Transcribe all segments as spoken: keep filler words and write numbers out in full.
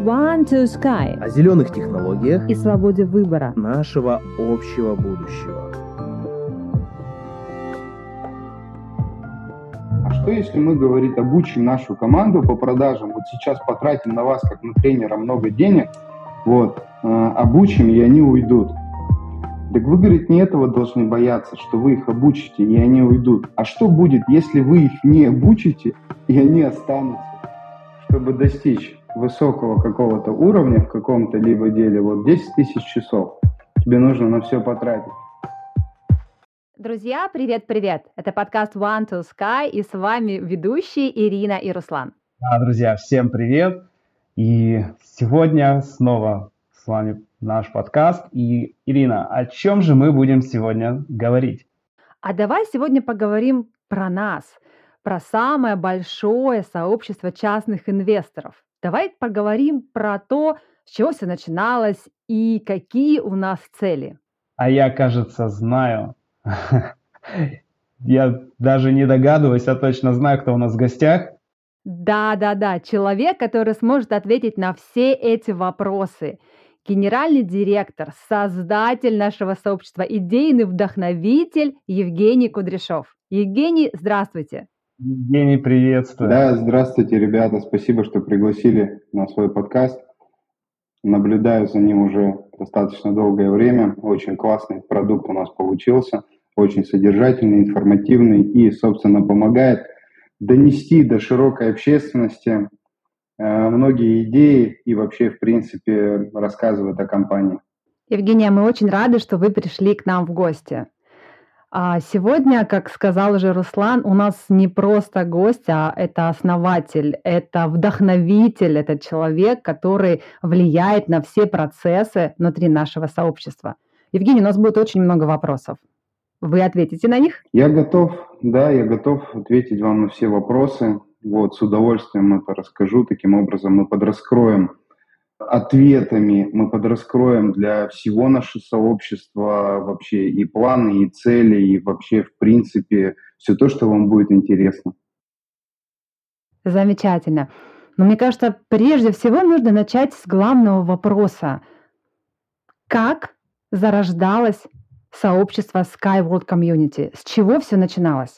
One to Sky о зеленых технологиях и свободе выбора нашего общего будущего. А что если мы, говорит, обучим нашу команду по продажам, вот сейчас потратим на вас, как на тренера, много денег, вот, э, обучим, и они уйдут. Так вы, говорит, не этого должны бояться, что вы их обучите, и они уйдут. А что будет, если вы их не обучите, и они останутся? Чтобы достичь высокого какого-то уровня в каком-то либо деле, вот десять тысяч часов тебе нужно на все потратить. Друзья, привет-привет! Это подкаст One to Sky, и с вами ведущие Ирина и Руслан. Да, друзья, всем привет! И сегодня снова с вами наш подкаст. И, Ирина, о чем же мы будем сегодня говорить? А давай сегодня поговорим про нас, про самое большое сообщество частных инвесторов. Давай поговорим про то, с чего все начиналось и какие у нас цели. А я, кажется, знаю. Я даже не догадываюсь, а точно знаю, кто у нас в гостях. Да-да-да, человек, который сможет ответить на все эти вопросы. Генеральный директор, создатель нашего сообщества, идейный вдохновитель Евгений Кудряшов. Евгений, здравствуйте. Евгений, приветствую. Да, здравствуйте, ребята. Спасибо, что пригласили на свой подкаст. Наблюдаю за ним уже достаточно долгое время. Очень классный продукт у нас получился. Очень содержательный, информативный и, собственно, помогает донести до широкой общественности э, многие идеи и вообще, в принципе, рассказывает о компании. Евгения, мы очень рады, что вы пришли к нам в гости. А сегодня, как сказал уже Руслан, у нас не просто гость, а это основатель, это вдохновитель, это человек, который влияет на все процессы внутри нашего сообщества. Евгений, у нас будет очень много вопросов. Вы ответите на них? Я готов, да, я готов ответить вам на все вопросы. Вот, с удовольствием это расскажу. Таким образом мы подраскроем ответами, мы подраскроем для всего нашего сообщества вообще и планы, и цели, и вообще, в принципе, все то, что вам будет интересно. Замечательно. Но мне кажется, прежде всего нужно начать с главного вопроса. Как зарождалось сообщество Sky World Community? С чего все начиналось?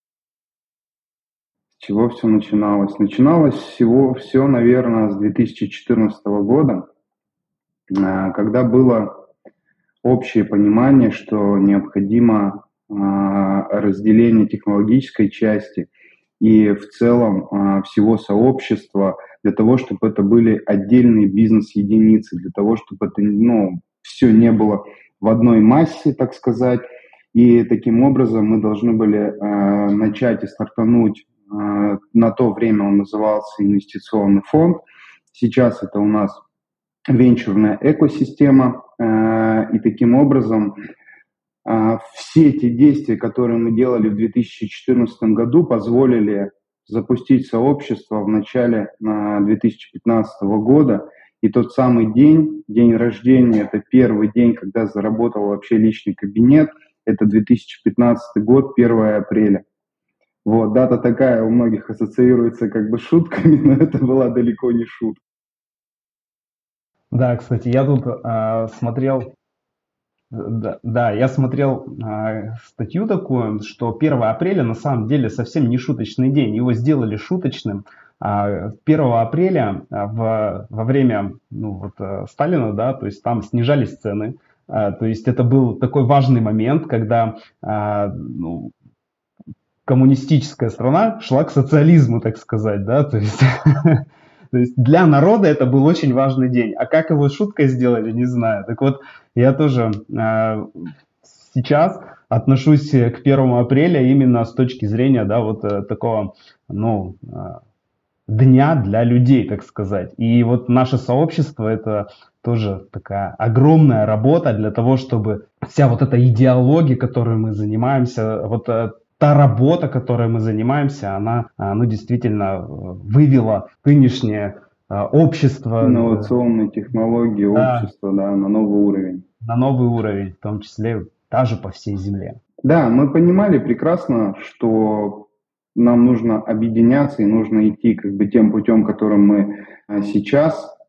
С чего все начиналось? Начиналось всего все, наверное, с две тысячи четырнадцатого года, когда было общее понимание, что необходимо разделение технологической части и в целом всего сообщества для того, чтобы это были отдельные бизнес-единицы, для того, чтобы это, ну, все не было в одной массе, так сказать. И таким образом мы должны были э, начать и стартануть. Э, на то время он назывался инвестиционный фонд. Сейчас это у нас венчурная экосистема. Э, и таким образом э, все те действия, которые мы делали в две тысячи четырнадцатом году, позволили запустить сообщество в начале э, две тысячи пятнадцатого года. И тот самый день, день рождения, это первый день, когда заработал вообще личный кабинет, это две тысячи пятнадцатый год, первое апреля. Вот, дата такая у многих ассоциируется как бы шутками, но это была далеко не шутка. Да, кстати, я тут э, смотрел, да, да, я смотрел э, статью такую, что первое апреля на самом деле совсем не шуточный день, его сделали шуточным. первого апреля в, во время ну, вот, Сталина, да, то есть там снижались цены, то есть это был такой важный момент, когда ну, коммунистическая страна шла к социализму, так сказать, да, то есть, то есть для народа это был очень важный день, а как его шуткой сделали, не знаю. Так вот, я тоже сейчас отношусь к первому апреля именно с точки зрения, да, вот такого, ну, дня для людей, так сказать. И вот наше сообщество — это тоже такая огромная работа для того, чтобы вся вот эта идеология, которой мы занимаемся, вот та работа, которой мы занимаемся, она, ну, действительно вывела нынешнее общество. Инновационные технологии, да, общество, да, на новый уровень. На новый уровень, в том числе даже по всей земле. Да, мы понимали прекрасно, что нам нужно объединяться и нужно идти как бы тем путем, которым мы сейчас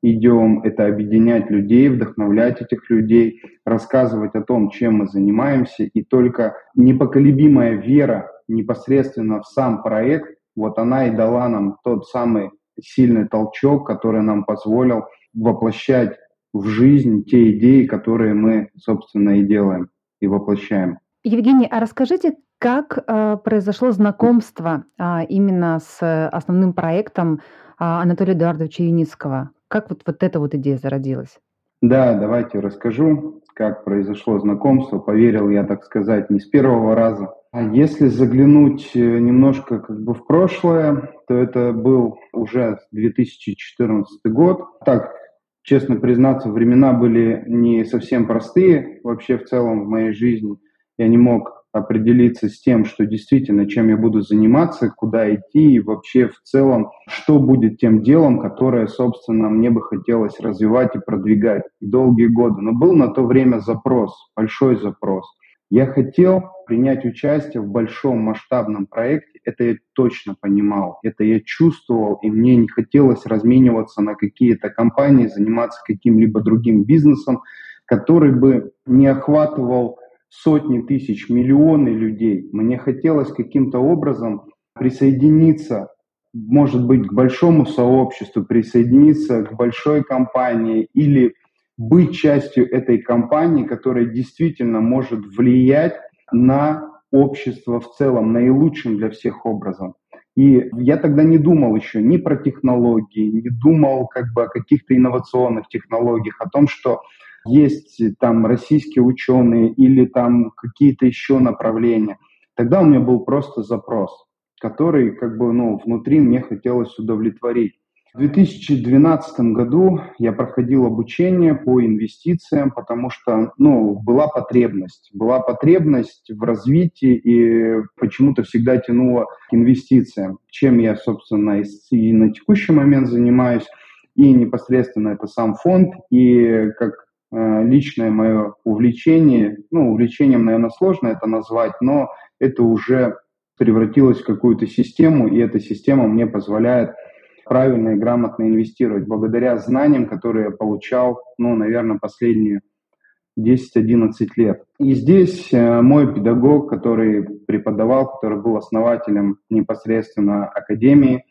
идем, это объединять людей, вдохновлять этих людей, рассказывать о том, чем мы занимаемся, и только непоколебимая вера непосредственно в сам проект, вот она и дала нам тот самый сильный толчок, который нам позволил воплощать в жизнь те идеи, которые мы, собственно, и делаем, и воплощаем. Евгений, а расскажите, как э, произошло знакомство а, именно с основным проектом а, Анатолия Эдуардовича Юницкого? Как вот, вот эта вот идея зародилась? Да, давайте расскажу, как произошло знакомство. Поверил я, так сказать, не с первого раза. А если заглянуть немножко как бы в прошлое, то это был уже две тысячи четырнадцатый год. Так, честно признаться, времена были не совсем простые вообще в целом в моей жизни. Я не мог определиться с тем, что действительно, чем я буду заниматься, куда идти и вообще в целом, что будет тем делом, которое, собственно, мне бы хотелось развивать и продвигать долгие годы. Но был на то время запрос, большой запрос. Я хотел принять участие в большом масштабном проекте, это я точно понимал, это я чувствовал, и мне не хотелось размениваться на какие-то компании, заниматься каким-либо другим бизнесом, который бы не охватывал сотни тысяч, миллионы людей. Мне хотелось каким-то образом присоединиться, может быть, к большому сообществу, присоединиться к большой компании или быть частью этой компании, которая действительно может влиять на общество в целом, наилучшим для всех образом. И я тогда не думал еще ни про технологии, не думал как бы о каких-то инновационных технологиях, о том, что есть там российские ученые или там какие-то еще направления. Тогда у меня был просто запрос, который как бы ну, внутри мне хотелось удовлетворить. В две тысячи двенадцатом году я проходил обучение по инвестициям, потому что ну, была потребность. Была потребность в развитии и почему-то всегда тянуло к инвестициям, чем я, собственно, и на текущий момент занимаюсь, и непосредственно это сам фонд, и как личное мое увлечение, ну, увлечением, наверное, сложно это назвать, но это уже превратилось в какую-то систему, и эта система мне позволяет правильно и грамотно инвестировать благодаря знаниям, которые я получал, ну, наверное, последние десять-одиннадцать лет. И здесь мой педагог, который преподавал, который был основателем непосредственно Академии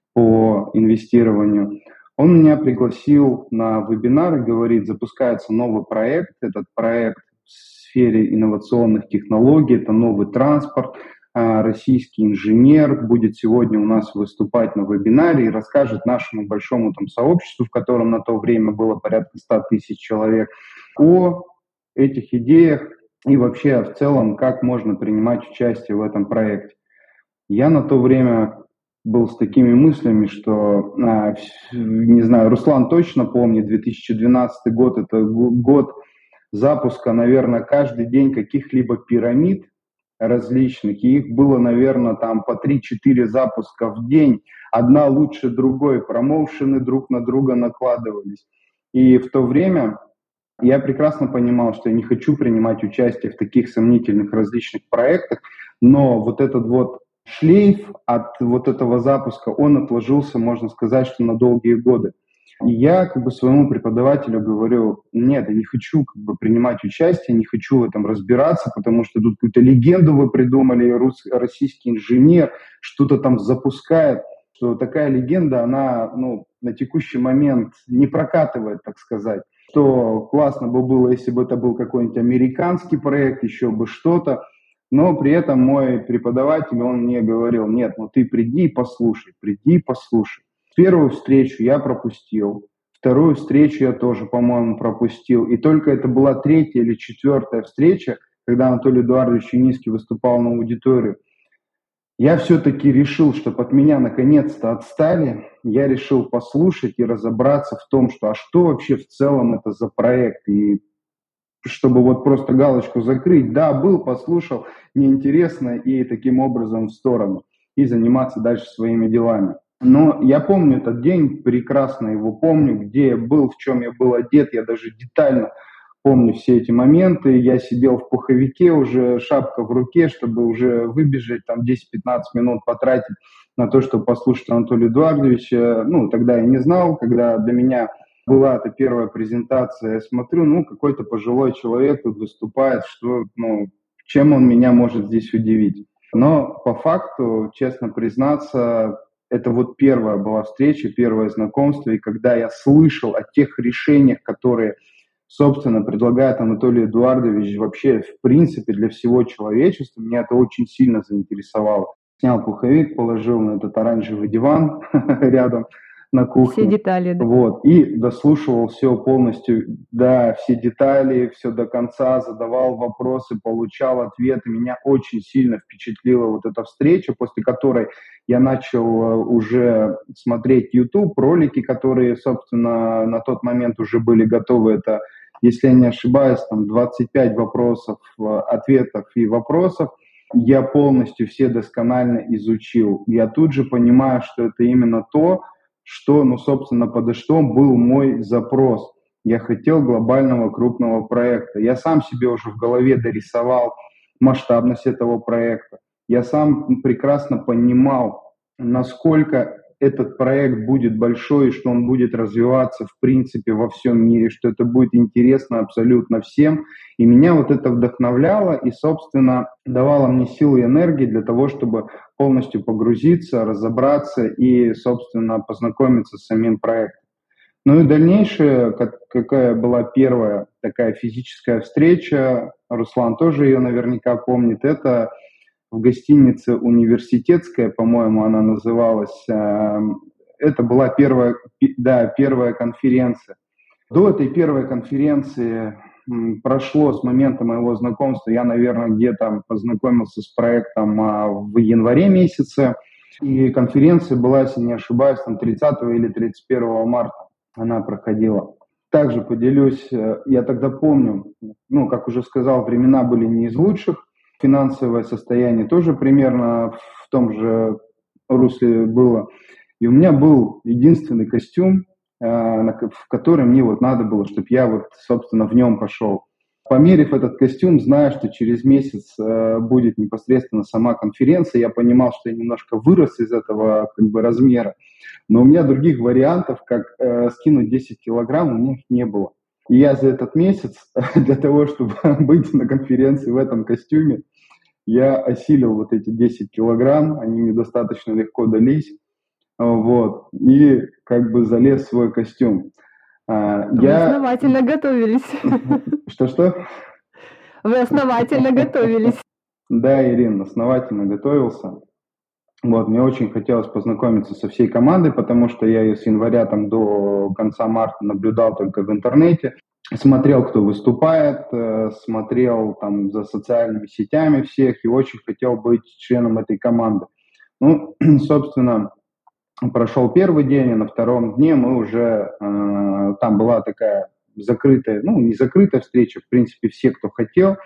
по инвестированию, он меня пригласил на вебинар и говорит, запускается новый проект. Этот проект в сфере инновационных технологий, это новый транспорт. Российский инженер будет сегодня у нас выступать на вебинаре и расскажет нашему большому там сообществу, в котором на то время было порядка ста тысяч человек, о этих идеях и вообще в целом, как можно принимать участие в этом проекте. Я на то время был с такими мыслями, что, не знаю, Руслан точно помнит, две тысячи двенадцатый год, это год запуска, наверное, каждый день каких-либо пирамид различных, и их было, наверное, там по три-четыре запуска в день, одна лучше другой, промоушены друг на друга накладывались. И в то время я прекрасно понимал, что я не хочу принимать участие в таких сомнительных различных проектах, но вот этот вот шлейф от вот этого запуска, он отложился, можно сказать, что на долгие годы. И я как бы своему преподавателю говорю, нет, я не хочу как бы принимать участие, не хочу в этом разбираться, потому что тут какую-то легенду вы придумали, рус, российский инженер что-то там запускает, что такая легенда, она ну, на текущий момент не прокатывает, так сказать. Что классно бы было, если бы это был какой-нибудь американский проект, еще бы что-то. Но при этом мой преподаватель, он мне говорил, нет, ну ты приди и послушай, приди и послушай. Первую встречу я пропустил, вторую встречу я тоже, по-моему, пропустил. И только это была третья или четвертая встреча, когда Анатолий Эдуардович Юницкий выступал на аудиторию. Я все-таки решил, чтобы от меня наконец-то отстали. Я решил послушать и разобраться в том, что а что вообще в целом это за проект. И чтобы вот просто галочку закрыть, да, был, послушал, неинтересно, и таким образом в сторону, и заниматься дальше своими делами. Но я помню этот день, прекрасно его помню, где я был, в чем я был одет, я даже детально помню все эти моменты. Я сидел в пуховике, уже шапка в руке, чтобы уже выбежать, там десять-пятнадцать минут потратить на то, чтобы послушать Анатолия Эдуардовича. Ну, тогда я не знал, когда для меня Была это первая презентация, я смотрю, ну, какой-то пожилой человек тут выступает, что, ну, чем он меня может здесь удивить. Но по факту, честно признаться, это вот первая была встреча, первое знакомство, и когда я слышал о тех решениях, которые, собственно, предлагает Анатолий Эдуардович вообще, в принципе, для всего человечества, меня это очень сильно заинтересовало. Снял пуховик, положил на этот оранжевый диван рядом на кухне. Все детали, да? Вот, и дослушивал все полностью, да, все детали, все до конца, задавал вопросы, получал ответы. Меня очень сильно впечатлила вот эта встреча, после которой я начал уже смотреть YouTube, ролики, которые, собственно, на тот момент уже были готовы. Это, если я не ошибаюсь, там двадцать пять вопросов, ответов и вопросов. Я полностью все досконально изучил. Я тут же понимаю, что это именно то, что, ну, собственно, подо что был мой запрос. Я хотел глобального крупного проекта. Я сам себе уже в голове дорисовал масштабность этого проекта. Я сам прекрасно понимал, насколько этот проект будет большой, что он будет развиваться, в принципе, во всем мире, что это будет интересно абсолютно всем. И меня вот это вдохновляло и, собственно, давало мне силы и энергии для того, чтобы полностью погрузиться, разобраться и, собственно, познакомиться с самим проектом. Ну и дальнейшее, как, какая была первая такая физическая встреча, Руслан тоже ее наверняка помнит, это в гостинице «Университетская», по-моему, она называлась. Это была первая, да, первая конференция. До этой первой конференции прошло с момента моего знакомства, я, наверное, где-то познакомился с проектом в январе месяце, и конференция была, если не ошибаюсь, там тридцатого или тридцать первого марта она проходила. Также поделюсь, я тогда помню, ну, как уже сказал, времена были не из лучших, финансовое состояние тоже примерно в том же русле было. И у меня был единственный костюм, в который мне вот надо было, чтобы я вот, собственно, в нем пошел. Померив этот костюм, зная, что через месяц будет непосредственно сама конференция, я понимал, что я немножко вырос из этого как бы размера. Но у меня других вариантов, как скинуть десять килограмм, у меня их не было. И я за этот месяц, для того, чтобы быть на конференции в этом костюме, я осилил вот эти десять килограмм, они мне достаточно легко дались, вот, и как бы залез в свой костюм. Вы я... основательно готовились. Что-что? Вы основательно готовились. Да, Ирина, основательно готовился. Вот, мне очень хотелось познакомиться со всей командой, потому что я ее с января там, до конца марта наблюдал только в интернете. Смотрел, кто выступает, смотрел там за социальными сетями всех и очень хотел быть членом этой команды. Ну, собственно, прошел первый день, и на втором дне мы уже, э, там была такая закрытая, ну, не закрытая встреча, в принципе, все, кто хотел.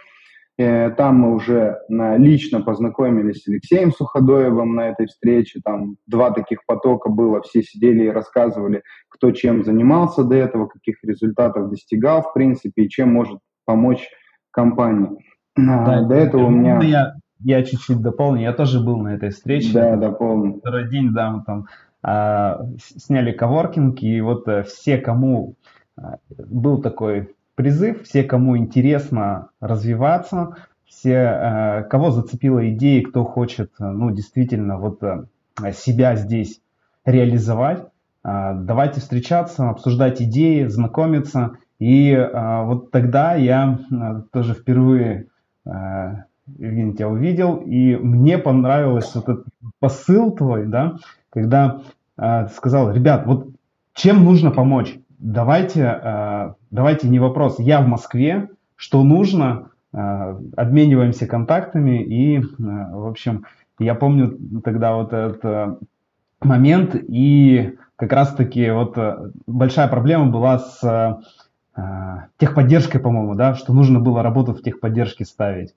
Э, там мы уже на, лично познакомились с Алексеем Суходоевым на этой встрече. Там два таких потока было, все сидели и рассказывали, кто чем занимался до этого, каких результатов достигал, в принципе, и чем может помочь компании. Да, до этого у меня... Я, я чуть-чуть дополню, я тоже был на этой встрече. Да, дополню. Второй день, да, мы там а, сняли коворкинг, и вот а, все, кому а, был такой призыв, все, кому интересно развиваться, все, а, кого зацепила идея, кто хочет, ну, действительно, вот а, себя здесь реализовать, а, давайте встречаться, обсуждать идеи, знакомиться. И а, вот тогда я а, тоже впервые а, Евгений, тебя увидел, и мне понравился вот этот посыл твой, да, когда э, сказал, ребят, вот чем нужно помочь? Давайте, э, давайте не вопрос, я в Москве, что нужно, э, обмениваемся контактами, и, э, в общем, я помню тогда вот этот э, момент, и как раз-таки вот э, большая проблема была с э, техподдержкой, по-моему, да, что нужно было работу в техподдержке ставить.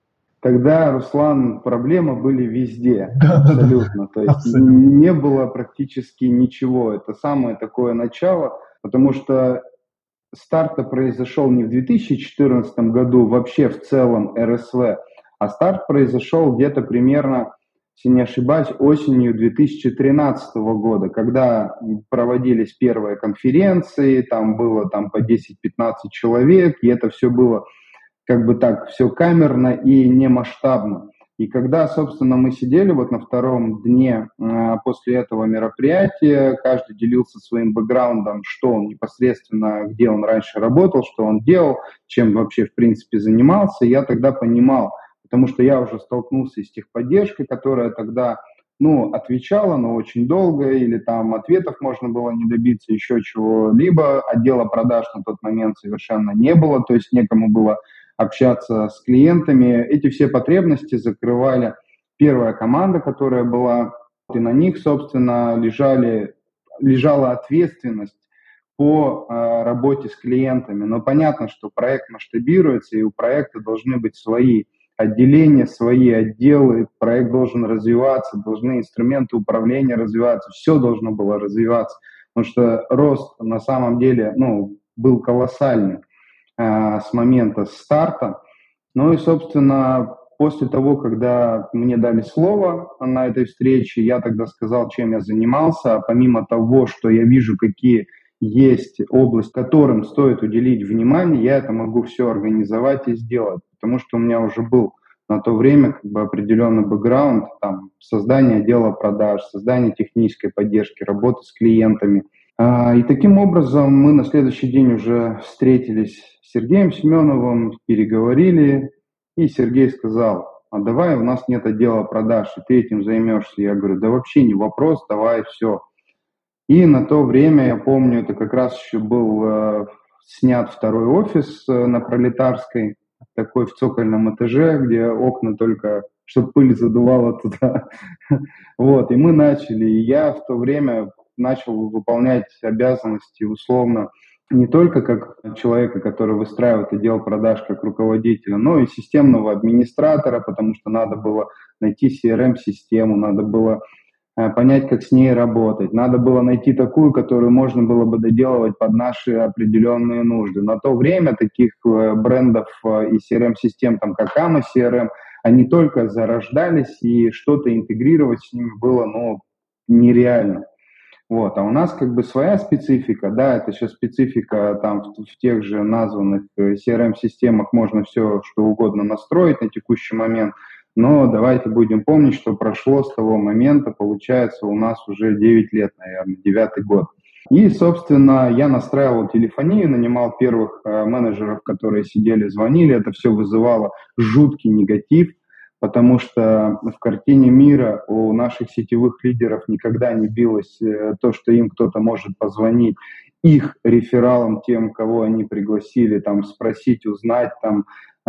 Тогда, Руслан, проблемы были везде, да, абсолютно. Да, То есть абсолютно. Не было практически ничего. Это самое такое начало, потому что старт-то произошел не в две тысячи четырнадцатом году вообще в целом эр эс вэ, а старт произошел где-то примерно если не ошибаюсь, осенью две тысячи тринадцатого года, когда проводились первые конференции, там было там по десять-пятнадцать человек, и это все было как бы так, все камерно и не масштабно. И когда, собственно, мы сидели вот на втором дне э, после этого мероприятия, каждый делился своим бэкграундом, что он непосредственно, где он раньше работал, что он делал, чем вообще, в принципе, занимался, я тогда понимал, потому что я уже столкнулся с техподдержкой, которая тогда, ну, отвечала, но очень долго, или там ответов можно было не добиться, еще чего-либо. Отдела продаж на тот момент совершенно не было, то есть некому было общаться с клиентами. Эти все потребности закрывали первая команда, которая была, и на них, собственно, лежали, лежала ответственность по э, работе с клиентами. Но понятно, что проект масштабируется, и у проекта должны быть свои отделения, свои отделы, проект должен развиваться, должны инструменты управления развиваться, все должно было развиваться, потому что рост на самом деле, ну, был колоссальный с момента старта. Ну и, собственно, после того, когда мне дали слово на этой встрече, я тогда сказал, чем я занимался. А помимо того, что я вижу, какие есть области, которым стоит уделить внимание, я это могу все организовать и сделать, потому что у меня уже был на то время как бы определенный бэкграунд, там, создание отдела продаж, создание технической поддержки, работа с клиентами. И таким образом мы на следующий день уже встретились с Сергеем Семеновым, переговорили, и Сергей сказал: а давай, у нас нет отдела продаж, и ты этим займешься. Я говорю: да вообще не вопрос, давай, все. И на то время, я помню, это как раз еще был э, снят второй офис э, на Пролетарской, такой в цокольном этаже, где окна только, чтобы пыль задувала туда. Вот, и мы начали, и я в то время начал выполнять обязанности условно не только как человека, который выстраивает отдел продаж как руководителя, но и системного администратора, потому что надо было найти си эр эм-систему, надо было понять, как с ней работать, надо было найти такую, которую можно было бы доделывать под наши определенные нужды. На то время таких брендов и си эр эм-систем, там, как эй эм си эр эм, они только зарождались, и что-то интегрировать с ними было, ну, нереально. Вот. А у нас как бы своя специфика, да, это сейчас специфика там в, в тех же названных си эр эм-системах, можно все что угодно настроить на текущий момент, но давайте будем помнить, что прошло с того момента, получается, у нас уже девять лет, наверное, девятый год. И, собственно, я настраивал телефонию, нанимал первых э, менеджеров, которые сидели, звонили, это все вызывало жуткий негатив, потому что в картине мира у наших сетевых лидеров никогда не билось то, что им кто-то может позвонить, их рефералам, тем, кого они пригласили, там, спросить, узнать, там,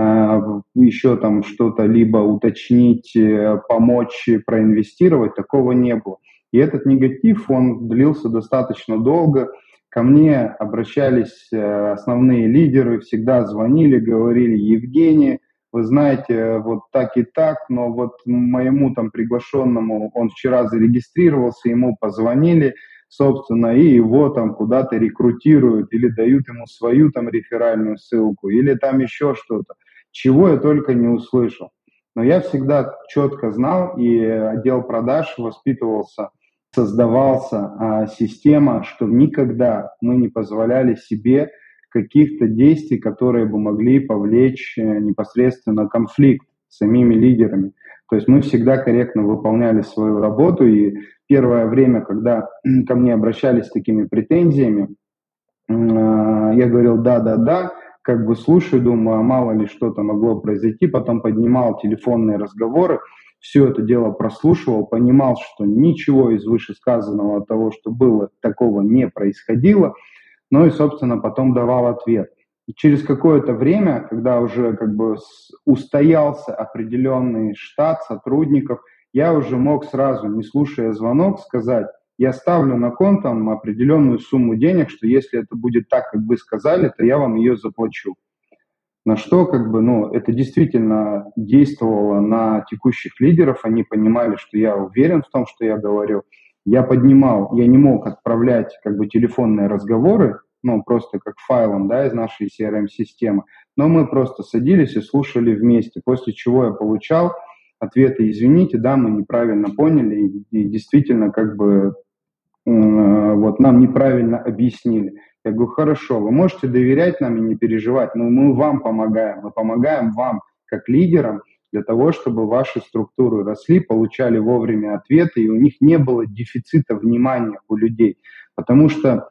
еще там что-то, либо уточнить, помочь, проинвестировать, такого не было. И этот негатив, он длился достаточно долго. Ко мне обращались основные лидеры, всегда звонили, говорили: Евгений, вы знаете, вот так и так, но вот моему там приглашенному, он вчера зарегистрировался, ему позвонили, собственно, и его там куда-то рекрутируют, или дают ему свою там реферальную ссылку, или там еще что-то, чего я только не услышал. Но я всегда четко знал, и отдел продаж воспитывался, создавался а, система, что никогда мы не позволяли себе каких-то действий, которые бы могли повлечь непосредственно конфликт с самими лидерами. То есть мы всегда корректно выполняли свою работу, и первое время, когда ко мне обращались с такими претензиями, я говорил: да-да-да, как бы слушаю, думаю, а мало ли что-то могло произойти, потом поднимал телефонные разговоры, все это дело прослушивал, понимал, что ничего из вышесказанного, того, что было, такого не происходило. Ну и, собственно, потом давал ответ. И через какое-то время, когда уже как бы устоялся определенный штат сотрудников, я уже мог сразу, не слушая звонок, сказать: я ставлю на кон там определенную сумму денег, что если это будет так, как вы сказали, то я вам ее заплачу. На что как бы, ну, это действительно действовало на текущих лидеров, они понимали, что я уверен в том, что я говорю. Я поднимал, я не мог отправлять как бы телефонные разговоры, ну, просто как файлом, да, из нашей си эр эм-системы, но мы просто садились и слушали вместе, после чего я получал ответы: извините, да, мы неправильно поняли, и, и действительно, как бы, вот нам неправильно объяснили. Я говорю: хорошо, вы можете доверять нам и не переживать, но мы вам помогаем, мы помогаем вам как лидерам для того, чтобы ваши структуры росли, получали вовремя ответы, и у них не было дефицита внимания у людей. Потому что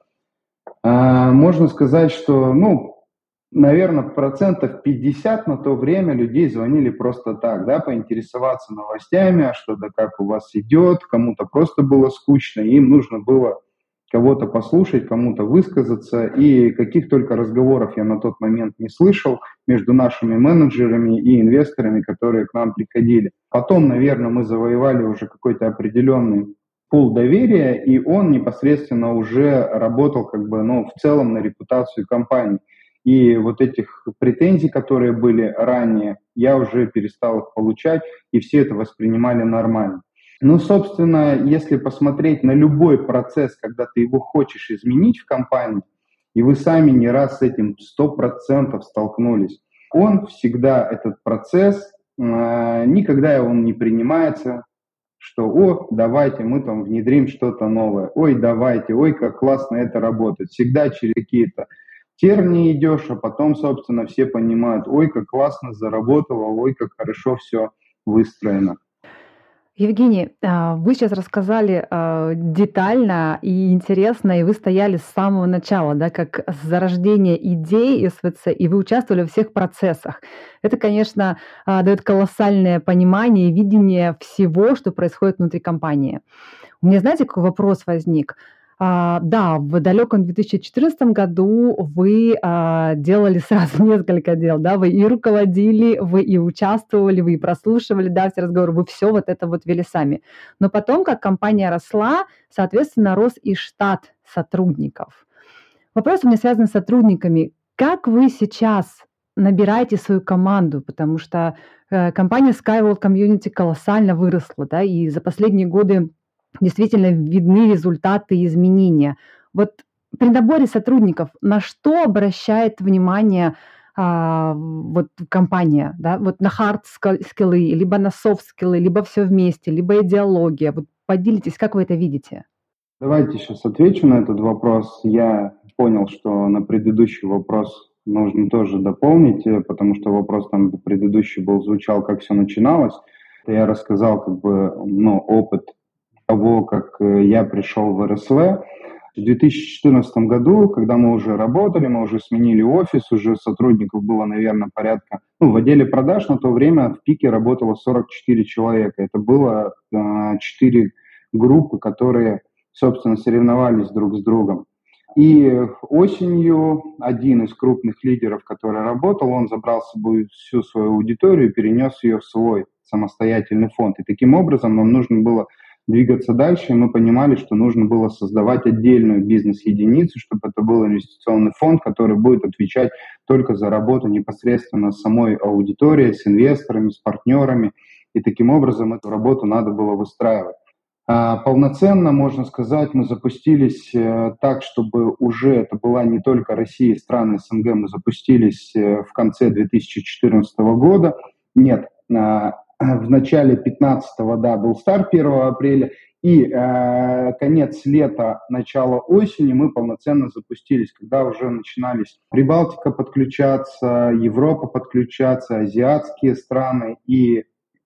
э, можно сказать, что, ну, наверное, процентов пятьдесят на то время людей звонили просто так, да, поинтересоваться новостями, а что да как у вас идет, кому-то просто было скучно, им нужно было кого-то послушать, кому-то высказаться, и каких только разговоров я на тот момент не слышал между нашими менеджерами и инвесторами, которые к нам приходили. Потом, наверное, мы завоевали уже какой-то определенный пул доверия, и он непосредственно уже работал как бы, ну, в целом на репутацию компании. И вот этих претензий, которые были ранее, я уже перестал их получать, и все это воспринимали нормально. Ну, собственно, если посмотреть на любой процесс, когда ты его хочешь изменить в компании, и вы сами не раз с этим сто процентов столкнулись, он всегда, этот процесс, никогда он не принимается, что «о, давайте мы там внедрим что-то новое», «ой, давайте», «ой, как классно это работает». Всегда через какие-то тернии идешь, а потом, собственно, все понимают: ой, как классно заработало, ой, как хорошо все выстроено. Евгений, а, вы сейчас рассказали а, детально и интересно, и вы стояли с самого начала, да, как с зарождения идей СВЦ, и вы участвовали во всех процессах. Это, конечно, а, дает колоссальное понимание и видение всего, что происходит внутри компании. У меня, знаете, какой вопрос возник? А, да, в далеком две тысячи четырнадцатом году вы а, делали сразу несколько дел, да, вы и руководили, вы и участвовали, вы и прослушивали, да, все разговоры, вы все вот это вот вели сами. Но потом, как компания росла, соответственно, рос и штат сотрудников. Вопрос у меня связан с сотрудниками. Как вы сейчас набираете свою команду? Потому что э, компания SkyWorld Community колоссально выросла, да, и за последние годы действительно видны результаты и изменения. Вот при наборе сотрудников на что обращает внимание а, вот компания, да, вот на hard скиллы, либо на soft скиллы, либо все вместе, либо идеология. Вот поделитесь, как вы это видите? Давайте сейчас отвечу на этот вопрос. Я понял, что на предыдущий вопрос нужно тоже дополнить, потому что вопрос там предыдущий был, звучал, как все начиналось. Я рассказал как бы, ну, опыт того, как я пришел в эр эс вэ. В две тысячи четырнадцатом году, когда мы уже работали, мы уже сменили офис, уже сотрудников было, наверное, порядка... Ну, в отделе продаж на то время в пике работало сорок четыре человека. Это было четыре группы, которые, собственно, соревновались друг с другом. И осенью один из крупных лидеров, который работал, он забрал с собой всю свою аудиторию и перенес ее в свой самостоятельный фонд. И таким образом нам нужно было двигаться дальше, и мы понимали, что нужно было создавать отдельную бизнес-единицу, чтобы это был инвестиционный фонд, который будет отвечать только за работу непосредственно с самой аудиторией, с инвесторами, с партнерами, и таким образом эту работу надо было выстраивать. А полноценно, можно сказать, мы запустились так, чтобы уже это была не только Россия и страны эс эн гэ, мы запустились в конце две тысячи четырнадцатого года. Нет, в начале пятнадцатого, да, был старт первого апреля, и э, конец лета, начало осени мы полноценно запустились, когда уже начинались Прибалтика подключаться, Европа подключаться, азиатские страны и э,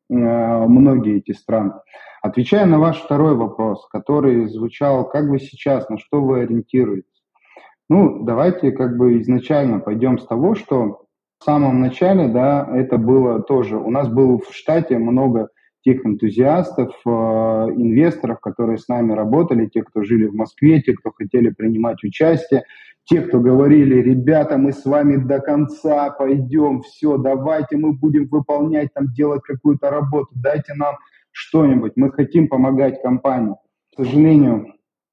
многие эти страны. Отвечая на ваш второй вопрос, который звучал: как вы сейчас, на что вы ориентируетесь? Ну, давайте как бы изначально пойдем с того, что в самом начале, да, это было тоже, у нас было в штате много тех энтузиастов, э, инвесторов, которые с нами работали, те, кто жили в Москве, те, кто хотели принимать участие, те, кто говорили: ребята, мы с вами до конца пойдем, все, давайте мы будем выполнять, там, делать какую-то работу, дайте нам что-нибудь, мы хотим помогать компании. К сожалению,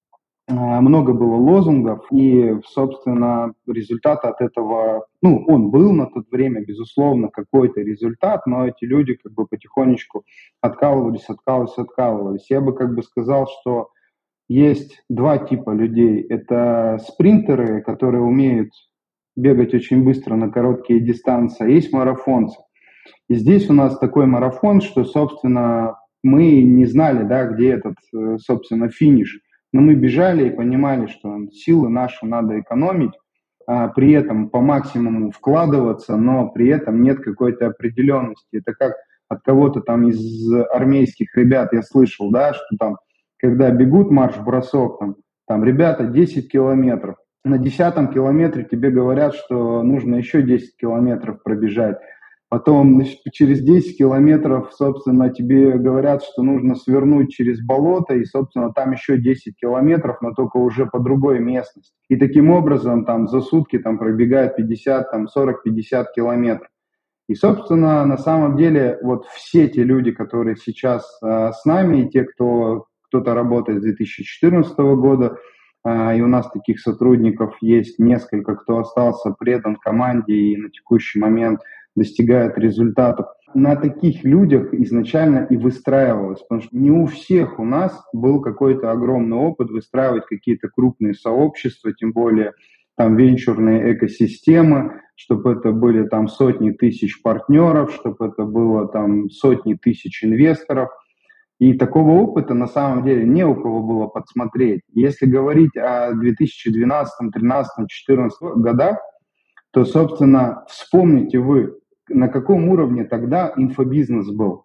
много было лозунгов, и, собственно, результат от этого, ну, он был на то время, безусловно, какой-то результат, но эти люди как бы потихонечку откалывались, откалывались, откалывались. Я бы как бы сказал, что есть два типа людей. Это спринтеры, которые умеют бегать очень быстро на короткие дистанции, а есть марафонцы. И здесь у нас такой марафон, что, собственно, мы не знали, да, где этот, собственно, финиш. Но мы бежали и понимали, что силы наши надо экономить, а при этом по максимуму вкладываться, но при этом нет какой-то определенности. Это как от кого-то там из армейских ребят я слышал, да, что там, когда бегут марш-бросок, там, там, ребята, десять километров. На десятом километре тебе говорят, что нужно еще десять километров пробежать. Потом через десять километров, собственно, тебе говорят, что нужно свернуть через болото, и, собственно, там еще десять километров, но только уже по другой местности. И таким образом там за сутки там пробегают пятьдесят, там сорок-пятьдесят километров. И, собственно, на самом деле вот все те люди, которые сейчас э, с нами, и те, кто кто-то работает с две тысячи четырнадцатого года, э, и у нас таких сотрудников есть несколько, кто остался предан команде и на текущий момент достигает результатов. На таких людях изначально и выстраивалось, потому что не у всех у нас был какой-то огромный опыт выстраивать какие-то крупные сообщества, тем более там венчурные экосистемы, чтобы это были там сотни тысяч партнеров, чтобы это было там сотни тысяч инвесторов. И такого опыта на самом деле не у кого было подсмотреть. Если говорить о две тысячи двенадцатом, тринадцатом, четырнадцатом годах, то, собственно, вспомните вы, на каком уровне тогда инфобизнес был.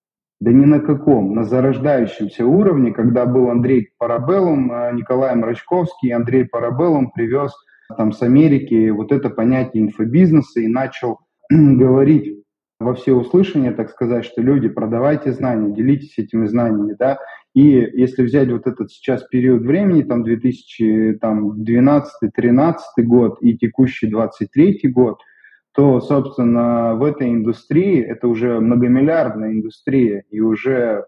Да ни на каком, на зарождающемся уровне, когда был Андрей Парабеллум, Николай Мрачковский, Андрей Парабеллум привез там с Америки вот это понятие инфобизнеса и начал говорить во всеуслышание, так сказать, что люди, продавайте знания, делитесь этими знаниями, да. И если взять вот этот сейчас период времени, там две тысячи двенадцатый-тринадцатый год и текущий двадцать третий год, то, собственно, в этой индустрии, это уже многомиллиардная индустрия, и уже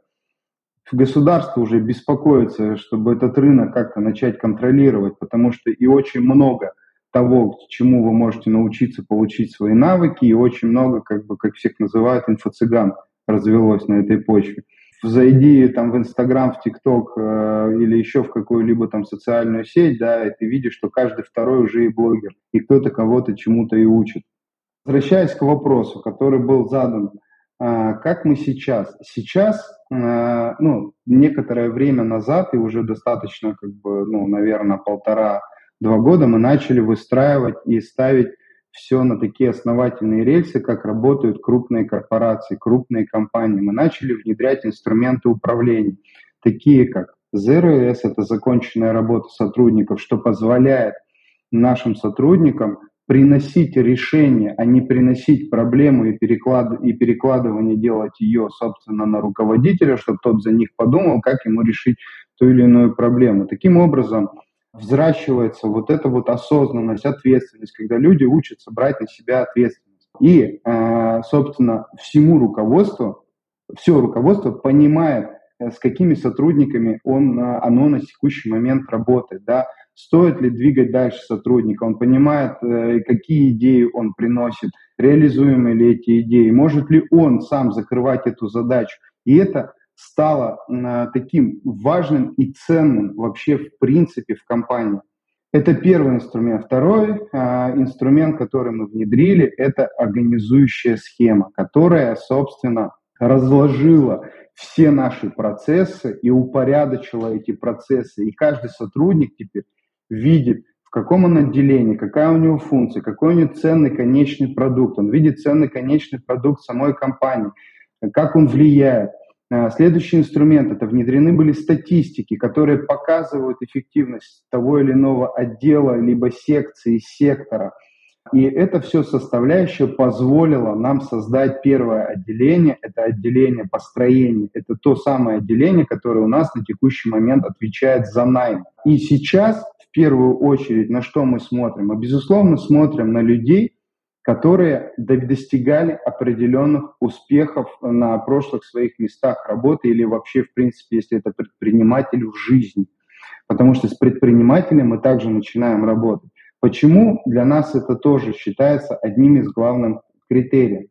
государство уже беспокоится, чтобы этот рынок как-то начать контролировать, потому что и очень много того, чему вы можете научиться, получить свои навыки, и очень много, как бы, как всех называют, инфо-цыган развелось на этой почве. Зайди там в Инстаграм, в ТикТок э, или еще в какую-либо там социальную сеть, да, и ты видишь, что каждый второй уже и блогер, и кто-то кого-то чему-то и учит. Возвращаясь к вопросу, который был задан, э, как мы сейчас? Сейчас, э, ну, некоторое время назад, и уже достаточно, как бы, ну, наверное, полтора-два года мы начали выстраивать и ставить все на такие основательные рельсы, как работают крупные корпорации, крупные компании. Мы начали внедрять инструменты управления, такие как зет эр эс, это законченная работа сотрудников, что позволяет нашим сотрудникам приносить решения, а не приносить проблему и, переклад... и перекладывание, делать ее, собственно, на руководителя, чтобы тот за них подумал, как ему решить ту или иную проблему. Таким образом, взращивается вот эта вот осознанность, ответственность, когда люди учатся брать на себя ответственность. И, собственно, всему руководству, все руководство понимает, с какими сотрудниками он, оно на текущий момент работает, да, стоит ли двигать дальше сотрудника, он понимает, какие идеи он приносит, реализуемы ли эти идеи, может ли он сам закрывать эту задачу. И это стало таким важным и ценным вообще в принципе в компании. Это первый инструмент. Второй инструмент, который мы внедрили, это организующая схема, которая, собственно, разложила все наши процессы и упорядочила эти процессы. И каждый сотрудник теперь видит, в каком он отделении, какая у него функция, какой у него ценный конечный продукт. Он видит ценный конечный продукт самой компании, как он влияет. Следующий инструмент – это внедрены были статистики, которые показывают эффективность того или иного отдела, либо секции, сектора. И это все составляющее позволило нам создать первое отделение, это отделение построения. Это то самое отделение, которое у нас на текущий момент отвечает за найм. И сейчас, в первую очередь, на что мы смотрим? Мы, безусловно, смотрим на людей, которые достигали определенных успехов на прошлых своих местах работы или вообще, в принципе, если это предприниматель в жизни. Потому что с предпринимателем мы также начинаем работать. Почему? Для нас это тоже считается одним из главных критериев.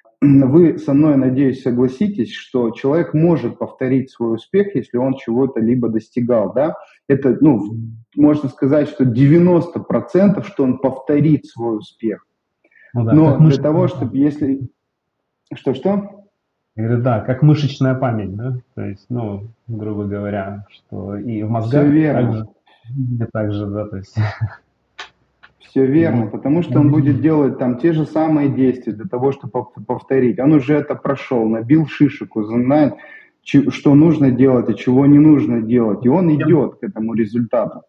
Вы со мной, надеюсь, согласитесь, что человек может повторить свой успех, если он чего-то либо достигал. Да? Это, ну, можно сказать, что девяносто процентов, что он повторит свой успех. Ну да, но для того, чтобы если... Что-что? Я говорю, да, как мышечная память, да, то есть, ну, грубо говоря, что и в Все мозгах верно. также, и также, да, то есть, Все верно, и потому что он будет делать там те же самые действия для того, чтобы пов- повторить. Он уже это прошел, набил шишек, знает, че- что нужно делать и чего не нужно делать. И он идет к этому результату.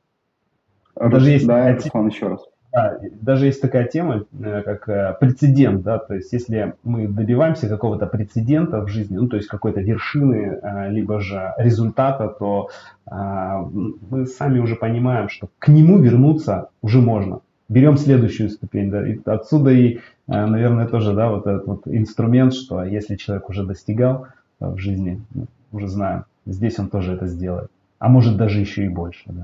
даже Рус, есть да, такая тема, Руслан, еще раз. да, даже есть такая тема, э, как э, прецедент, да, то есть если мы добиваемся какого-то прецедента в жизни, ну, то есть какой-то вершины, э, либо же результата, то э, мы сами уже понимаем, что к нему вернуться уже можно. Берем следующую ступень, да, и отсюда и, э, наверное, тоже, да, вот этот вот инструмент, что если человек уже достигал э, в жизни, ну, уже знаем, здесь он тоже это сделает, а может даже еще и больше, да.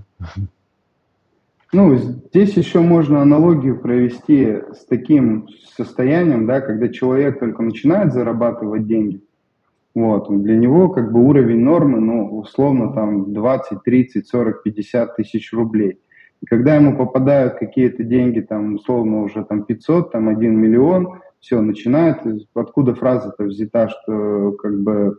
Ну, здесь еще можно аналогию провести с таким состоянием, да, когда человек только начинает зарабатывать деньги. Вот, для него как бы уровень нормы, ну, условно там двадцать, тридцать, сорок, пятьдесят тысяч рублей. И когда ему попадают какие-то деньги, там, условно уже там пятьсот, там один миллион, все, начинает, откуда фраза-то взята, что как бы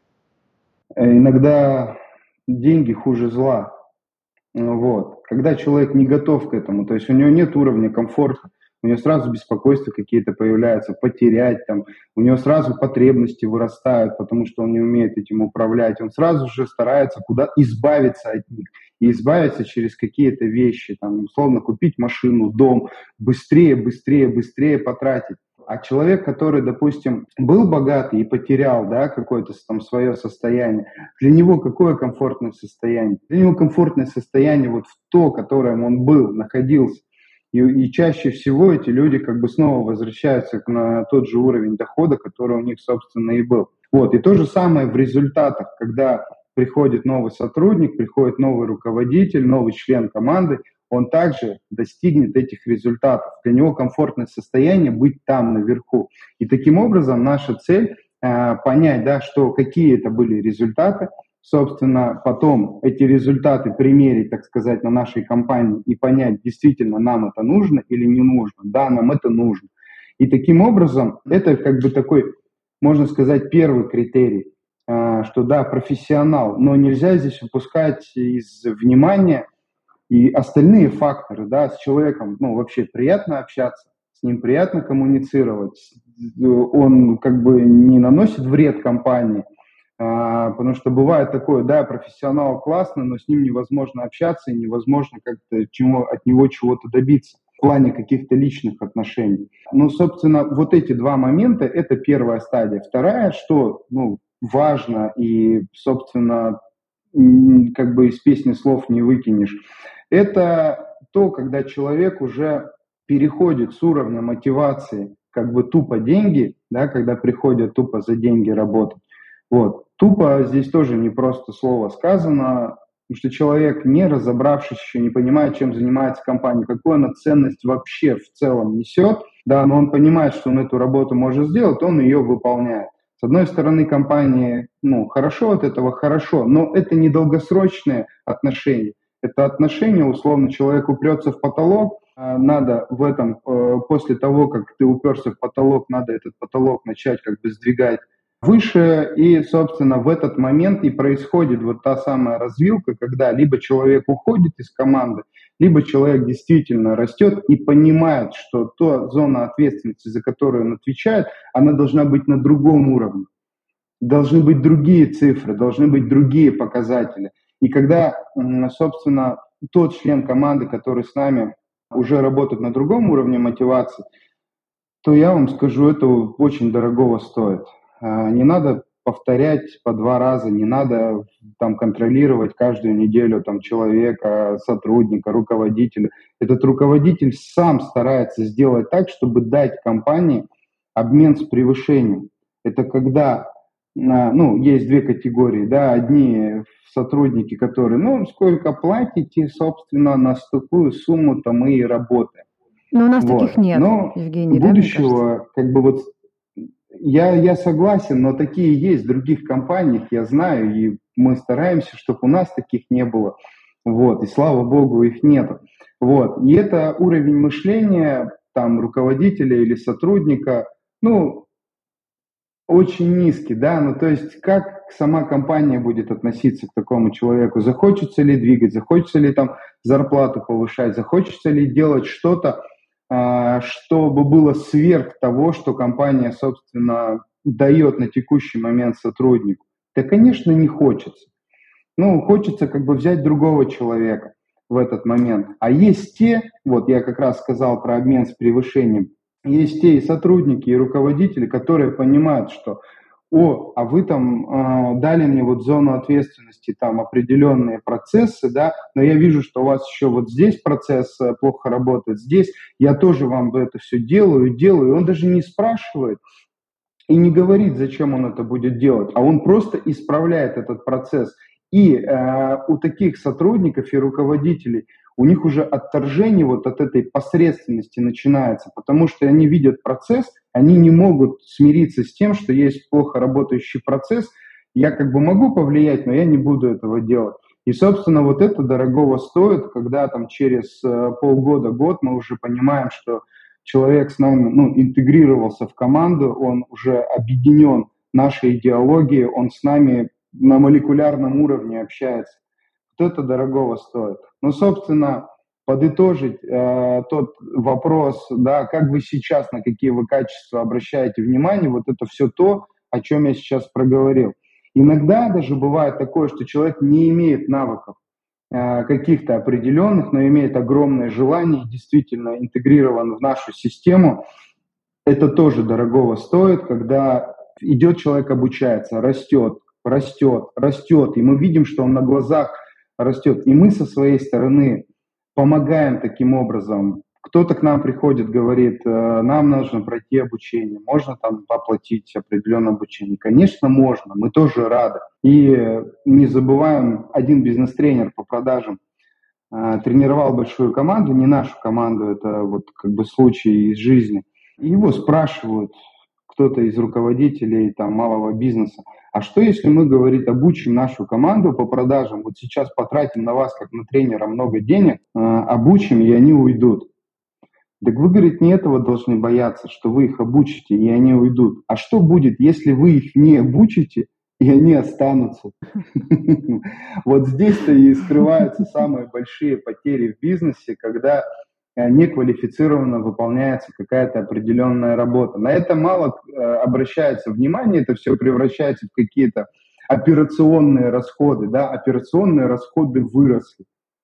э, иногда деньги хуже зла. Ну вот. Когда человек не готов к этому, то есть у него нет уровня комфорта, у него сразу беспокойства какие-то появляются, потерять там, у него сразу потребности вырастают, потому что он не умеет этим управлять, он сразу же старается куда избавиться от них, и избавиться через какие-то вещи, там, условно купить машину, дом, быстрее, быстрее, быстрее потратить. А человек, который, допустим, был богатый и потерял, да, какое-то там свое состояние, для него какое комфортное состояние? Для него комфортное состояние вот в то, которым он был, находился. И, и чаще всего эти люди как бы снова возвращаются на тот же уровень дохода, который у них, собственно, и был. Вот. И то же самое в результатах, когда приходит новый сотрудник, приходит новый руководитель, новый член команды, он также достигнет этих результатов. Для него комфортное состояние быть там наверху. И таким образом наша цель э, понять, да, что какие это были результаты, собственно, потом эти результаты примерить, так сказать, на нашей компании и понять, действительно нам это нужно или не нужно. Да, нам это нужно. И таким образом это как бы такой, можно сказать, первый критерий, э, что да, профессионал, но нельзя здесь упускать из внимания и остальные факторы, да, с человеком, ну, вообще приятно общаться, с ним приятно коммуницировать, он как бы не наносит вред компании, а, потому что бывает такое, да, профессионал классно, но с ним невозможно общаться и невозможно как-то чему, от него чего-то добиться в плане каких-то личных отношений. Ну, собственно, вот эти два момента – это первая стадия. Вторая, что, ну, важно и, собственно, как бы из песни слов не выкинешь. Это то, когда человек уже переходит с уровня мотивации как бы тупо деньги, да, когда приходят тупо за деньги работать. Вот. Тупо здесь тоже не просто слово сказано, потому что человек, не разобравшись еще, не понимает, чем занимается компания, какую она ценность вообще в целом несет, да, но он понимает, что он эту работу может сделать, он ее выполняет. С одной стороны, компании, ну, хорошо от этого, хорошо, но это не долгосрочные отношения. Это отношения, условно, человек упрется в потолок, надо в этом, после того, как ты уперся в потолок, надо этот потолок начать как бы сдвигать выше, и, собственно, в этот момент и происходит вот та самая развилка, когда либо человек уходит из команды, либо человек действительно растет и понимает, что та зона ответственности, за которую он отвечает, она должна быть на другом уровне. Должны быть другие цифры, должны быть другие показатели. И когда, собственно, тот член команды, который с нами уже работает на другом уровне мотивации, то я вам скажу, это очень дорогого стоит. Не надо повторять по два раза, не надо там контролировать каждую неделю там, человека, сотрудника, руководителя. Этот руководитель сам старается сделать так, чтобы дать компании обмен с превышением. Это когда, ну, есть две категории, да, одни сотрудники, которые, ну, сколько платите, собственно, на такую сумму-то мы и работаем. Но у нас Вот. таких нет, Но Евгений, да, мне кажется? будущего, как бы вот, я, я согласен, но такие есть в других компаниях, я знаю, и мы стараемся, чтобы у нас таких не было. Вот, и слава богу, их нет. Вот, и это уровень мышления там руководителя или сотрудника, ну, очень низкий, да, ну то есть как сама компания будет относиться к такому человеку, захочется ли двигать, захочется ли там зарплату повышать, захочется ли делать что-то, а, чтобы было сверх того, что компания, собственно, дает на текущий момент сотруднику. Да, конечно, не хочется. Ну, хочется как бы взять другого человека в этот момент. А есть те, вот я как раз сказал про обмен с превышением, есть те и сотрудники, и руководители, которые понимают, что о, а вы там э, дали мне вот зону ответственности, там определенные процессы, да, но я вижу, что у вас еще вот здесь процесс э, плохо работает, здесь я тоже вам это все делаю, делаю, и он даже не спрашивает и не говорит, зачем он это будет делать, а он просто исправляет этот процесс. И э, у таких сотрудников и руководителей у них уже отторжение вот от этой посредственности начинается, потому что они видят процесс, они не могут смириться с тем, что есть плохо работающий процесс. Я как бы могу повлиять, но я не буду этого делать. И, собственно, вот это дорогого стоит, когда там через э, полгода, год мы уже понимаем, что человек с нами, ну, интегрировался в команду, он уже объединен нашей идеологией, он с нами на молекулярном уровне общается. Вот это дорогого стоит. Ну, собственно, подытожить э, тот вопрос, да, как вы сейчас, на какие вы качества обращаете внимание, вот это все то, о чем я сейчас проговорил. Иногда даже бывает такое, что человек не имеет навыков э, каких-то определенных, но имеет огромное желание, действительно интегрирован в нашу систему. Это тоже дорогого стоит, когда идет человек, обучается, растет, растет, растет, и мы видим, что он на глазах растет. И мы со своей стороны помогаем таким образом. Кто-то к нам приходит, говорит, нам нужно пройти обучение, можно там оплатить определенное обучение? Конечно, можно, мы тоже рады. И не забываем, один бизнес-тренер по продажам тренировал большую команду, не нашу команду, это вот как бы случай из жизни. И его спрашивают, кто-то из руководителей там, малого бизнеса, а что если мы, говорит, обучим нашу команду по продажам, вот сейчас потратим на вас, как на тренера, много денег, э, обучим, и они уйдут. Так вы, говорит, не этого должны бояться, что вы их обучите, и они уйдут. А что будет, если вы их не обучите, и они останутся? Вот здесь-то и скрываются самые большие потери в бизнесе, когда неквалифицированно выполняется какая-то определенная работа. На это мало э, обращается внимание, это все превращается в какие-то операционные расходы, да, операционные расходы выросли.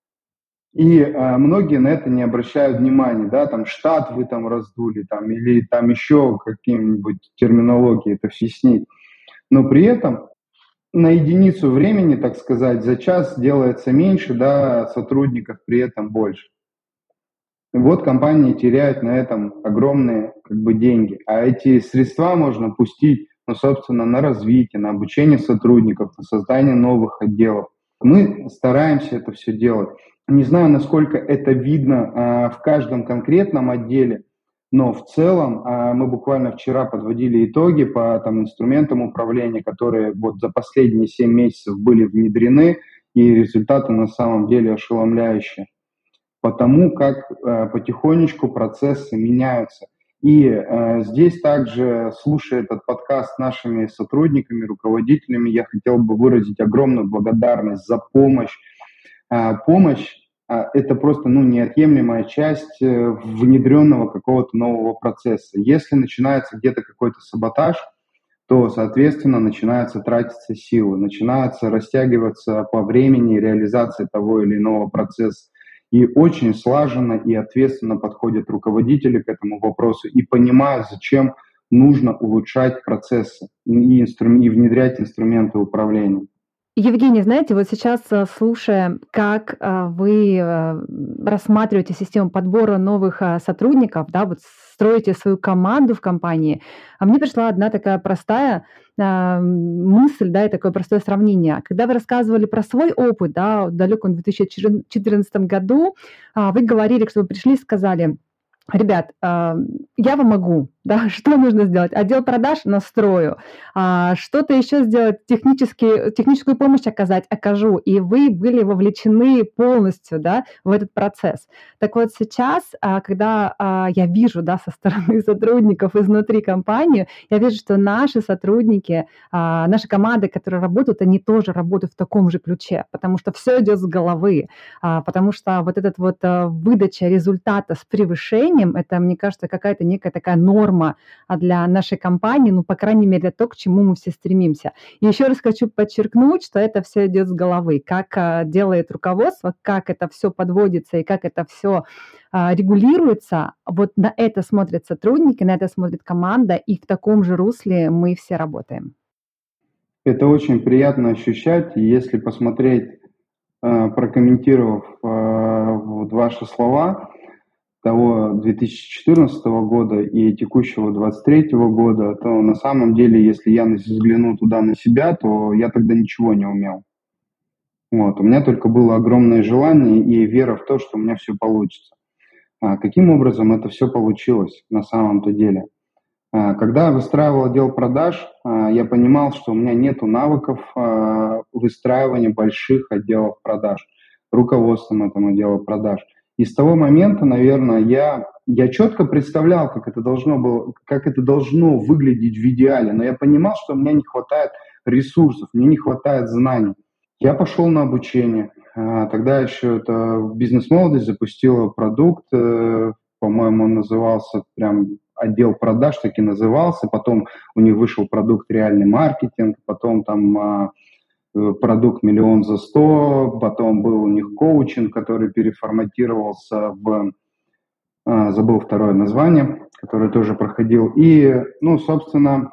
И э, многие на это не обращают внимания, да, там штат вы там раздули, там, или там еще какие-нибудь терминологии это все снить. Но при этом на единицу времени, так сказать, за час делается меньше, да, сотрудников при этом больше. Вот компании теряют на этом огромные как бы, деньги. А эти средства можно пустить, ну, собственно, на развитие, на обучение сотрудников, на создание новых отделов. Мы стараемся это все делать. Не знаю, насколько это видно а, в каждом конкретном отделе, но в целом а, мы буквально вчера подводили итоги по там, инструментам управления, которые вот за последние семь месяцев были внедрены, и результаты на самом деле ошеломляющие. Потому как э, потихонечку процессы меняются. И э, здесь также, слушая этот подкаст с нашими сотрудниками, руководителями, я хотел бы выразить огромную благодарность за помощь. Э, помощь э, – это просто ну, неотъемлемая часть э, внедренного какого-то нового процесса. Если начинается где-то какой-то саботаж, то, соответственно, начинаются тратиться силы, начинается растягиваться по времени реализация того или иного процесса. И очень слаженно и ответственно подходят руководители к этому вопросу и понимают, зачем нужно улучшать процессы и, инстру... и внедрять инструменты управления. Евгений, знаете, вот сейчас, слушая, как вы рассматриваете систему подбора новых сотрудников, да, вот строите свою команду в компании, а мне пришла одна такая простая мысль, да, и такое простое сравнение. Когда вы рассказывали про свой опыт, да, в далеком две тысячи четырнадцатом году, вы говорили, что вы пришли и сказали: ребят, я вам могу, да, что нужно сделать? Отдел продаж настрою, а, что-то еще сделать, технически, техническую помощь оказать, окажу. И вы были вовлечены полностью, да, в этот процесс. Так вот сейчас, а, когда а, я вижу, да, со стороны сотрудников изнутри компании, я вижу, что наши сотрудники, а, наши команды, которые работают, они тоже работают в таком же ключе, потому что все идет с головы, а, потому что вот этот вот а, выдача результата с превышением, это, мне кажется, какая-то некая такая норма а, для нашей компании, ну, по крайней мере, то, к чему мы все стремимся. И еще раз хочу подчеркнуть, что это все идет с головы, как а, делает руководство, как это все подводится и как это все а, регулируется. Вот на это смотрят сотрудники, на это смотрит команда, и в таком же русле мы все работаем. Это очень приятно ощущать, и если посмотреть, э, прокомментировав э, вот ваши слова того две тысячи четырнадцатого года и текущего двадцать третьего года, то на самом деле, если я взгляну туда на себя, то я тогда ничего не умел. Вот. У меня только было огромное желание и вера в то, что у меня все получится. А каким образом это все получилось на самом-то деле? Когда я выстраивал отдел продаж, я понимал, что у меня нет навыков выстраивания больших отделов продаж, руководством этого отдела продаж. И с того момента, наверное, я, я четко представлял, как это должно было, как это должно выглядеть в идеале, но я понимал, что у меня не хватает ресурсов, мне не хватает знаний. Я пошел на обучение. Тогда еще это бизнес-молодость запустила продукт, по-моему, он назывался прям отдел продаж, так и назывался. Потом у них вышел продукт реальный маркетинг, потом там продукт миллион за сто, потом был у них коучинг, который переформатировался в, забыл второе название, который тоже проходил. И, ну, собственно,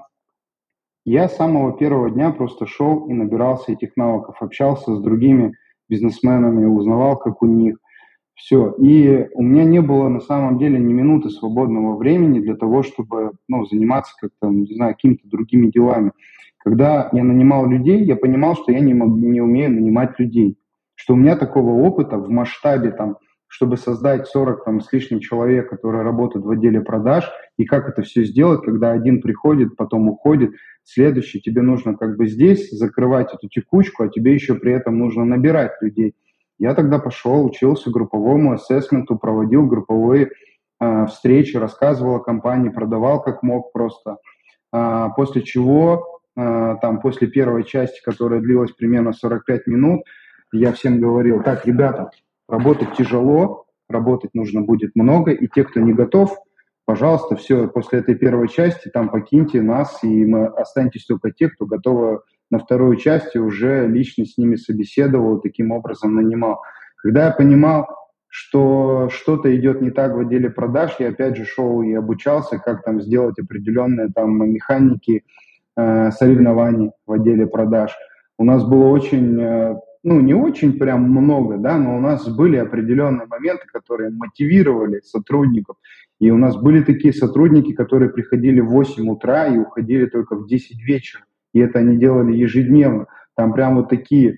я с самого первого дня просто шел и набирался этих навыков, общался с другими бизнесменами, узнавал, как у них. Все. И у меня не было на самом деле ни минуты свободного времени для того, чтобы, ну, заниматься как-то, не знаю, какими-то другими делами. Когда я нанимал людей, я понимал, что я не, мог, не умею нанимать людей. Что у меня такого опыта в масштабе, там, чтобы создать сорок там, с лишним человек, которые работают в отделе продаж, и как это все сделать, когда один приходит, потом уходит, следующий, тебе нужно как бы здесь закрывать эту текучку, а тебе еще при этом нужно набирать людей. Я тогда пошел, учился групповому ассессменту, проводил групповые э, встречи, рассказывал о компании, продавал как мог просто. А, после чего, э, там, после первой части, которая длилась примерно сорок пять минут, я всем говорил: так, ребята, работать тяжело, работать нужно будет много, и те, кто не готов, пожалуйста, все, после этой первой части там покиньте нас, и мы останетесь только те, кто готовы на второй части, уже лично с ними собеседовал, таким образом нанимал. Когда я понимал, что что-то идет не так в отделе продаж, я опять же шел и обучался, как там сделать определенные там механики э, соревнований в отделе продаж. У нас было очень, э, ну не очень прям много, да, но у нас были определенные моменты, которые мотивировали сотрудников. И у нас были такие сотрудники, которые приходили в восемь утра и уходили только в десять вечера. И это они делали ежедневно. Там прям вот такие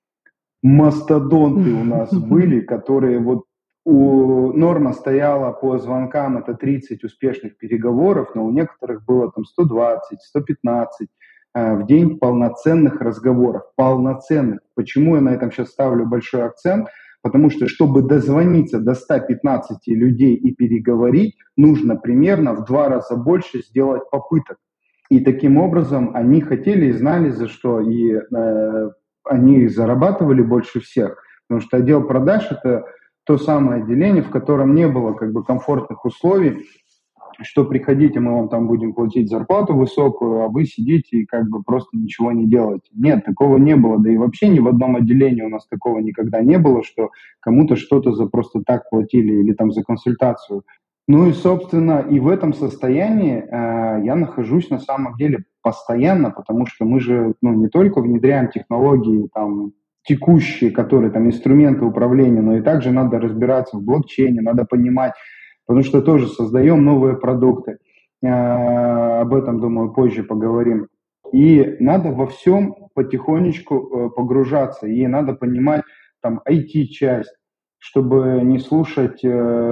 мастодонты у нас были, которые вот у норма стояла по звонкам, это тридцать успешных переговоров, но у некоторых было там сто двадцать, сто пятнадцать э, в день полноценных разговоров. Полноценных. Почему я на этом сейчас ставлю большой акцент? Потому что, чтобы дозвониться до ста пятнадцати людей и переговорить, нужно примерно в два раза больше сделать попыток. И таким образом они хотели и знали, за что, и э, они зарабатывали больше всех. Потому что отдел продаж – это то самое отделение, в котором не было как бы комфортных условий, что приходите, мы вам там будем платить зарплату высокую, а вы сидите и как бы просто ничего не делаете. Нет, такого не было. Да и вообще ни в одном отделении у нас такого никогда не было, что кому-то что-то за просто так платили или там за консультацию. Ну и, собственно, и в этом состоянии э, я нахожусь на самом деле постоянно, потому что мы же ну, не только внедряем технологии там, текущие, которые там инструменты управления, но и также надо разбираться в блокчейне, надо понимать, потому что тоже создаем новые продукты. Э, об этом, думаю, позже поговорим. И надо во всем потихонечку э, погружаться, и надо понимать там ай ти-часть, чтобы не слушать... Э,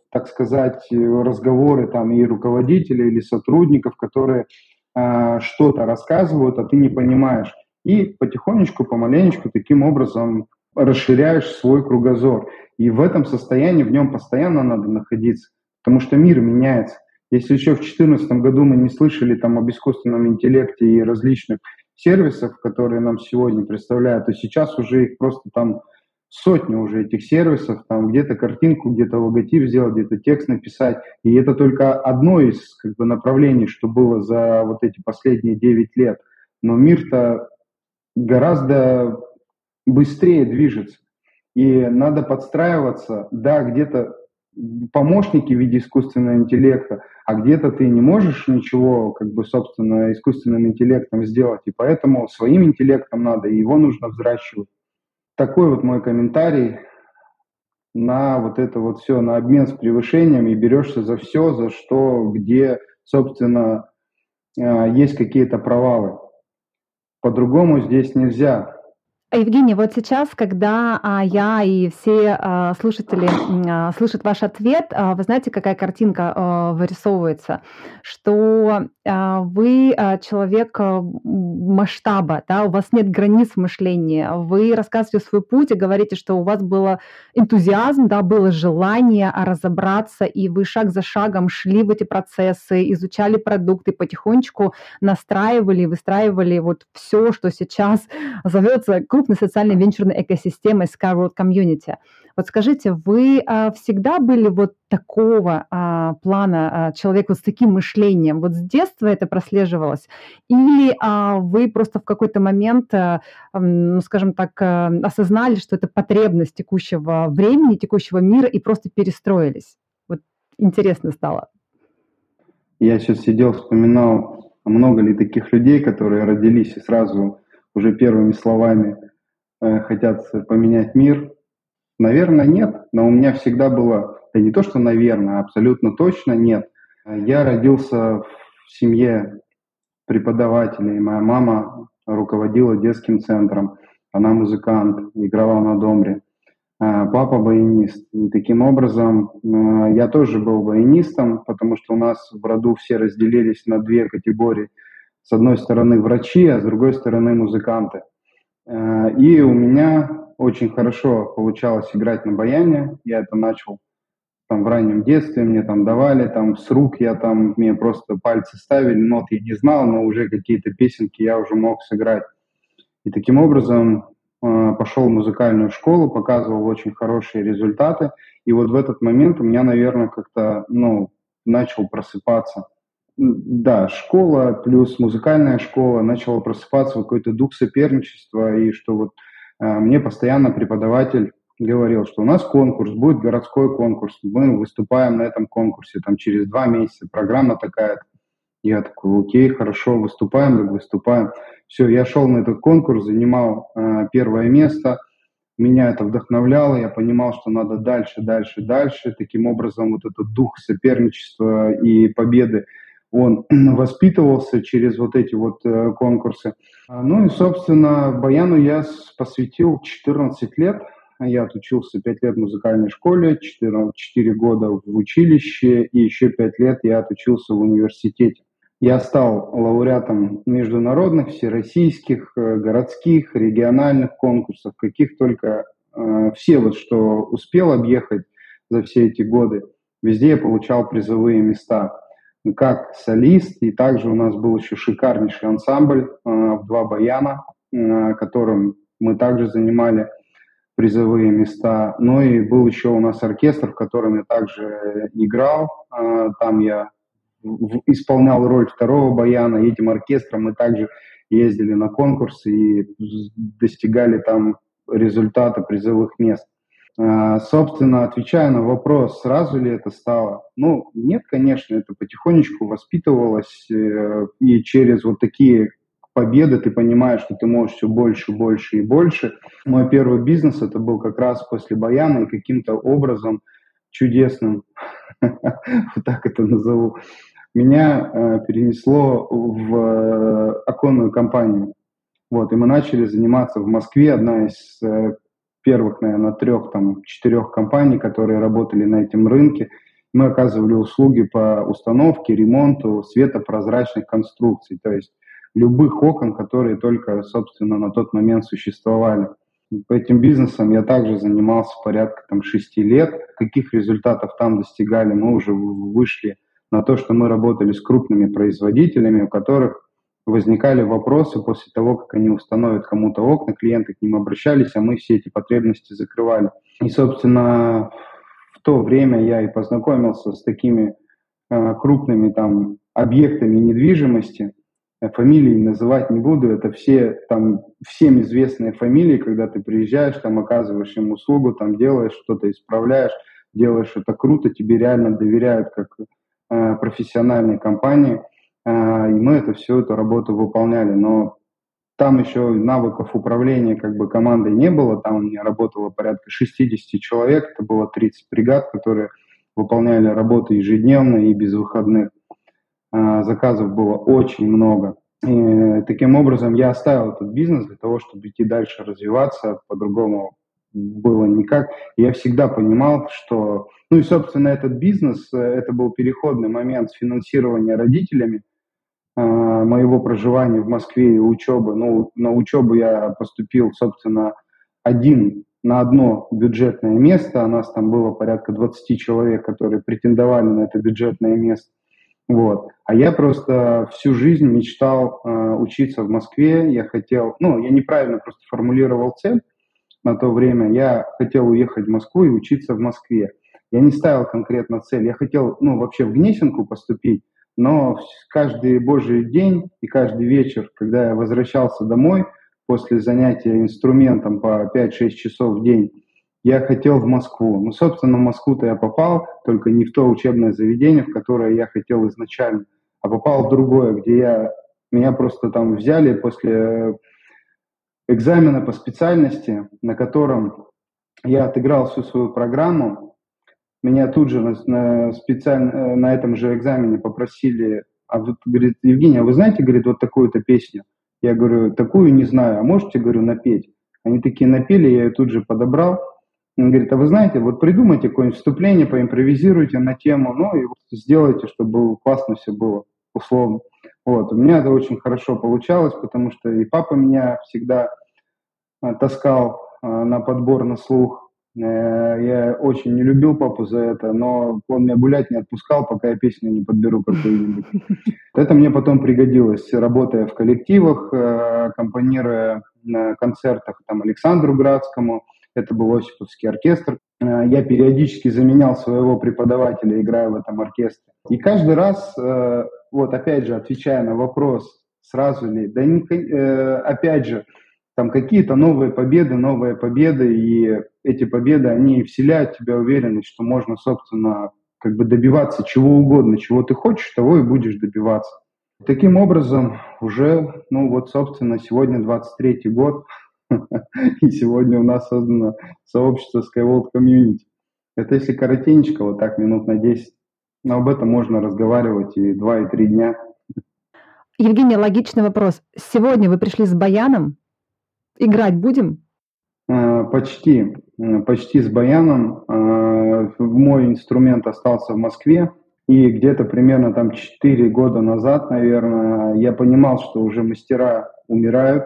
так сказать, разговоры там и руководителей, или сотрудников, которые э, что-то рассказывают, а ты не понимаешь. И потихонечку, помаленечку таким образом расширяешь свой кругозор. И в этом состоянии, в нем постоянно надо находиться, потому что мир меняется. Если еще в две тысячи четырнадцатом году мы не слышали там об искусственном интеллекте и различных сервисов, которые нам сегодня представляют, то сейчас уже их просто там сотни уже этих сервисов, там где-то картинку, где-то логотип сделать, где-то текст написать. И это только одно из как бы направлений, что было за вот эти последние девять лет. Но мир-то гораздо быстрее движется. И надо подстраиваться, да, где-то помощники в виде искусственного интеллекта, а где-то ты не можешь ничего, как бы, собственно, искусственным интеллектом сделать, и поэтому своим интеллектом надо, и его нужно взращивать. Такой вот мой комментарий на вот это вот все, на обмен с превышением, и берешься за все, за что, где, собственно, есть какие-то провалы. По-другому здесь нельзя. Евгений, вот сейчас, когда а, я и все а, слушатели а, слышат ваш ответ, а, вы знаете, какая картинка а, вырисовывается? Что а, вы а, человек а, масштаба, да, у вас нет границ мышления, вы рассказываете свой путь и говорите, что у вас был энтузиазм, да, было желание разобраться, и вы шаг за шагом шли в эти процессы, изучали продукты, потихонечку настраивали, выстраивали вот все, что сейчас зовется крупной социальной венчурной экосистемой Skyward Community. Вот скажите, вы а, всегда были вот такого а, плана а, человек вот с таким мышлением? Вот с детства это прослеживалось? Или а, вы просто в какой-то момент, а, ну, скажем так, а, осознали, что это потребность текущего времени, текущего мира, и просто перестроились? Вот интересно стало. Я сейчас сидел, вспоминал, много ли таких людей, которые родились и сразу уже первыми словами э, хотят поменять мир. Наверное, нет, но у меня всегда было, да не то, что наверное, а абсолютно точно нет. Я родился в семье преподавателей. Моя мама руководила детским центром, она музыкант, играла на домбре. Папа баянист. И таким образом я тоже был баянистом, потому что у нас в роду все разделились на две категории. С одной стороны врачи, а с другой стороны музыканты. И у меня очень хорошо получалось играть на баяне. Я это начал там в раннем детстве, мне там давали, там с рук я там, мне просто пальцы ставили, нот я не знал, но уже какие-то песенки я уже мог сыграть. И таким образом пошел в музыкальную школу, показывал очень хорошие результаты. И вот в этот момент у меня, наверное, как-то, ну, начал просыпаться. Да, школа плюс музыкальная школа, начала просыпаться какой-то дух соперничества, и что вот э, мне постоянно преподаватель говорил, что у нас конкурс, будет городской конкурс, мы выступаем на этом конкурсе, там через два месяца, программа такая-то. Я такой, окей, хорошо, выступаем, так выступаем. Все, я шел на этот конкурс, занимал э, первое место, меня это вдохновляло, я понимал, что надо дальше, дальше, дальше. Таким образом, вот этот дух соперничества и победы, он воспитывался через вот эти вот э, конкурсы. Ну и, собственно, баяну я посвятил четырнадцать лет. Я отучился пять лет в музыкальной школе, четыре года в училище, и еще пять лет я отучился в университете. Я стал лауреатом международных, всероссийских, городских, региональных конкурсов, каких только э, все, вот, что успел объехать за все эти годы, везде я получал призовые места. Как солист, и также у нас был еще шикарнейший ансамбль э, в два баяна, э, которым мы также занимали призовые места. Ну и был еще у нас оркестр, в котором я также играл. Э, там я в, исполнял роль второго баяна. И этим оркестром мы также ездили на конкурсы и достигали там результата призовых мест. Собственно, отвечая на вопрос, сразу ли это стало? Ну, нет, конечно, это потихонечку воспитывалось, и через вот такие победы ты понимаешь, что ты можешь все больше, больше и больше. Мой первый бизнес, это был как раз после баяна, и каким-то образом чудесным, вот так это назову, меня перенесло в оконную компанию. Вот, и мы начали заниматься в Москве, одна из первых, наверное, трех, там, четырех компаний, которые работали на этом рынке. Мы оказывали услуги по установке, ремонту светопрозрачных конструкций, то есть любых окон, которые только, собственно, на тот момент существовали. Этим бизнесом я также занимался порядка там, шести лет. Каких результатов там достигали, мы уже вышли на то, что мы работали с крупными производителями, у которых возникали вопросы после того, как они установят кому-то окна, клиенты к ним обращались, а мы все эти потребности закрывали. И, собственно, в то время я и познакомился с такими э, крупными там объектами недвижимости. Фамилии называть не буду, это все там всем известные фамилии, когда ты приезжаешь, там оказываешь им услугу, там делаешь что-то, исправляешь, делаешь это круто, тебе реально доверяют как э, профессиональной компании, э, и мы это всю эту работу выполняли, но там еще навыков управления как бы командой не было, там у меня работало порядка шестьдесят человек, это было тридцать бригад, которые выполняли работу ежедневно и без выходных. Заказов было очень много. И таким образом я оставил этот бизнес для того, чтобы идти дальше развиваться, по-другому было никак. И я всегда понимал, что... Ну и, собственно, этот бизнес, это был переходный момент с финансирования родителями э, моего проживания в Москве и учебы. Ну, на учебу я поступил, собственно, один на одно бюджетное место. У нас там было порядка двадцать человек, которые претендовали на это бюджетное место. Вот. А я просто всю жизнь мечтал э, учиться в Москве. Я хотел, ну, я неправильно просто формулировал цель на то время. Я хотел уехать в Москву и учиться в Москве. Я не ставил конкретно цель. Я хотел, ну, вообще в Гнесинку поступить, но каждый божий день и каждый вечер, когда я возвращался домой после занятия инструментом по пять-шесть часов в день, я хотел в Москву. Ну, собственно, в Москву-то я попал, только не в то учебное заведение, в которое я хотел изначально, а попал в другое, где я, меня просто там взяли после экзамена по специальности, на котором я отыграл всю свою программу. Меня тут же на, на, специально, на этом же экзамене попросили, а вот, говорит, Евгений, а вы знаете, говорит, вот такую-то песню? Я говорю, такую не знаю, а можете, говорю, напеть? Они такие напели, я ее тут же подобрал. Он говорит, а вы знаете, вот придумайте какое-нибудь вступление, поимпровизируйте на тему, ну и вот сделайте, чтобы классно все было, условно. Вот. У меня это очень хорошо получалось, потому что и папа меня всегда а, таскал а, на подбор, на слух. Э, я очень не любил папу за это, но он меня гулять не отпускал, пока я песню не подберу какую-нибудь. Это мне потом пригодилось, работая в коллективах, э, аккомпанируя на концертах там, Александру Градскому. Это был Осиповский оркестр. Я периодически заменял своего преподавателя, играя в этом оркестре. И каждый раз, вот опять же, отвечая на вопрос, сразу ли, да не, опять же, там какие-то новые победы, новые победы, и эти победы, они вселяют в тебя уверенность, что можно, собственно, как бы добиваться чего угодно, чего ты хочешь, того и будешь добиваться. Таким образом, уже, ну вот, собственно, сегодня двадцать третий год, и сегодня у нас создано сообщество SkyWorld Community. Это если коротенечко, вот так, минут на десять. Но об этом можно разговаривать и два, и три дня. Евгений, логичный вопрос. Сегодня вы пришли с баяном? Играть будем? Почти. Почти с баяном. Мой инструмент остался в Москве. И где-то примерно там четыре года назад, наверное, я понимал, что уже мастера умирают.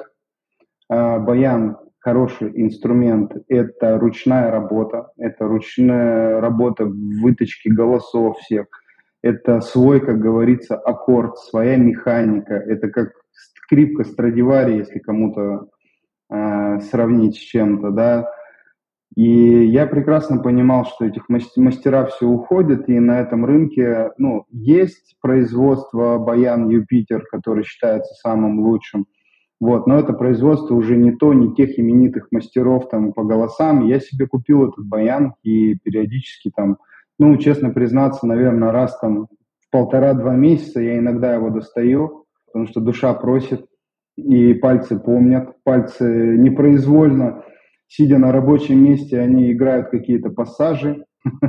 Баян – хороший инструмент, это ручная работа, это ручная работа выточки голосов всех, это свой, как говорится, аккорд, своя механика, это как скрипка Страдивари, если кому-то э, сравнить с чем-то, да. И я прекрасно понимал, что этих мастера все уходят, и на этом рынке, ну, есть производство баян Юпитер, который считается самым лучшим. Вот, но это производство уже не то, не тех именитых мастеров там по голосам. Я себе купил этот баян и периодически там, ну, честно признаться, наверное, раз там в полтора-два месяца я иногда его достаю, потому что душа просит, и пальцы помнят, пальцы непроизвольно, сидя на рабочем месте, они играют какие-то пассажи.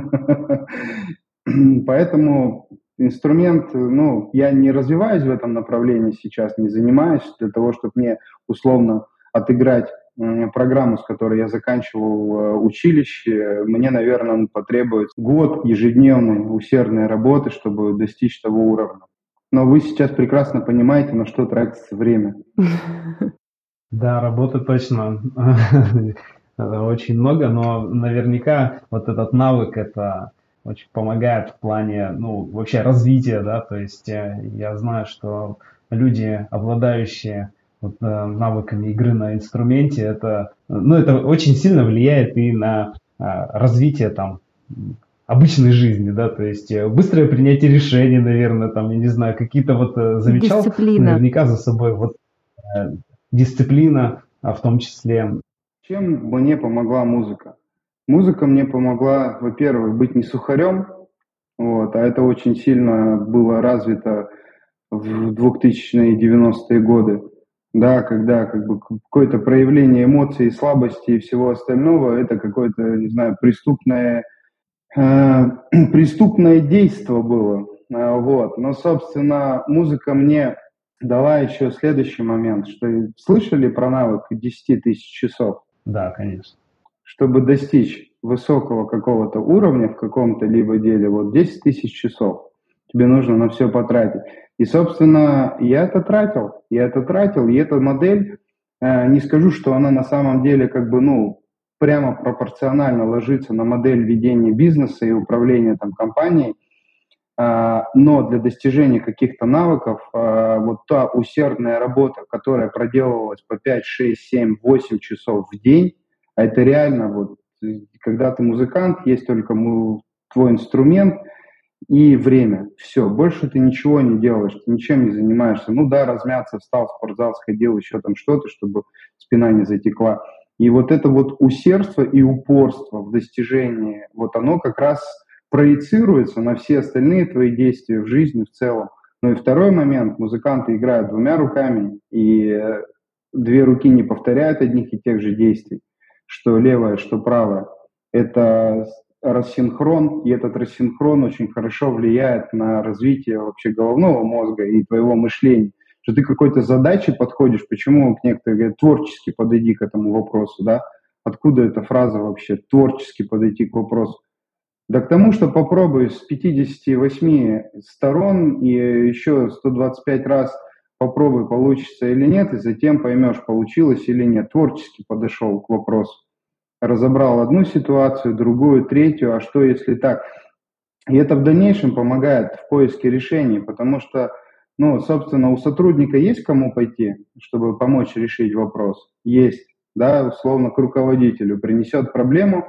Поэтому инструмент, ну, я не развиваюсь в этом направлении сейчас, не занимаюсь для того, чтобы мне условно отыграть м, программу, с которой я заканчивал э, училище, мне, наверное, потребуется год ежедневной усердной работы, чтобы достичь того уровня. Но вы сейчас прекрасно понимаете, на что тратится время. Да, работы точно очень много, но наверняка вот этот навык это очень помогает в плане, ну, вообще развития, да, то есть э, я знаю, что люди, обладающие вот, э, навыками игры на инструменте, это, ну, это очень сильно влияет и на а, развитие там м, обычной жизни, да, то есть э, быстрое принятие решений, наверное, там, я не знаю, какие-то вот э, замечал Дисциплина. наверняка за собой вот э, дисциплина, а в том числе. Чем мне помогла музыка? Музыка мне помогла, во-первых, быть не сухарем, вот, а это очень сильно было развито в двухтысячные девяностые годы, да, когда как бы какое-то проявление эмоций, слабости и всего остального, это какое-то, не знаю, преступное, э, преступное действо было, А, вот. Но, собственно, музыка мне дала еще следующий момент, что слышали про навык десять тысяч часов? Да, конечно. Чтобы достичь высокого какого-то уровня в каком-то либо деле, вот десять тысяч часов тебе нужно на все потратить. И, собственно, я это тратил, я это тратил, и эта модель, э, не скажу, что она на самом деле как бы, ну, прямо пропорционально ложится на модель ведения бизнеса и управления там компанией, а, но для достижения каких-то навыков а, вот та усердная работа, которая проделывалась по пять, шесть, семь, восемь часов в день, а это реально вот, э, когда ты музыкант, есть только му- твой инструмент и время. Все, больше ты ничего не делаешь, ты ничем не занимаешься. Ну да, размяться, встал в спортзал, сходил, еще там что-то, чтобы спина не затекла. И вот это вот усердство и упорство в достижении, вот оно как раз проецируется на все остальные твои действия в жизни в целом. Ну и второй момент, музыканты играют двумя руками, и э, две руки не повторяют одних и тех же действий, что левая, что правая. Это рассинхрон, и этот рассинхрон очень хорошо влияет на развитие вообще головного мозга и твоего мышления. Что ты к какой-то задаче подходишь, почему к некоторые говорят, творчески подойди к этому вопросу, да? Откуда эта фраза вообще, творчески подойти к вопросу? Да к тому, что попробуй с пятидесяти восьми сторон и еще сто двадцать пять раз попробуй, получится или нет, и затем поймешь, получилось или нет. Творчески подошел к вопросу. Разобрал одну ситуацию, другую, третью, а что если так? И это в дальнейшем помогает в поиске решений, потому что, ну, собственно, у сотрудника есть к кому пойти, чтобы помочь решить вопрос? Есть, да, условно, к руководителю. Принесет проблему,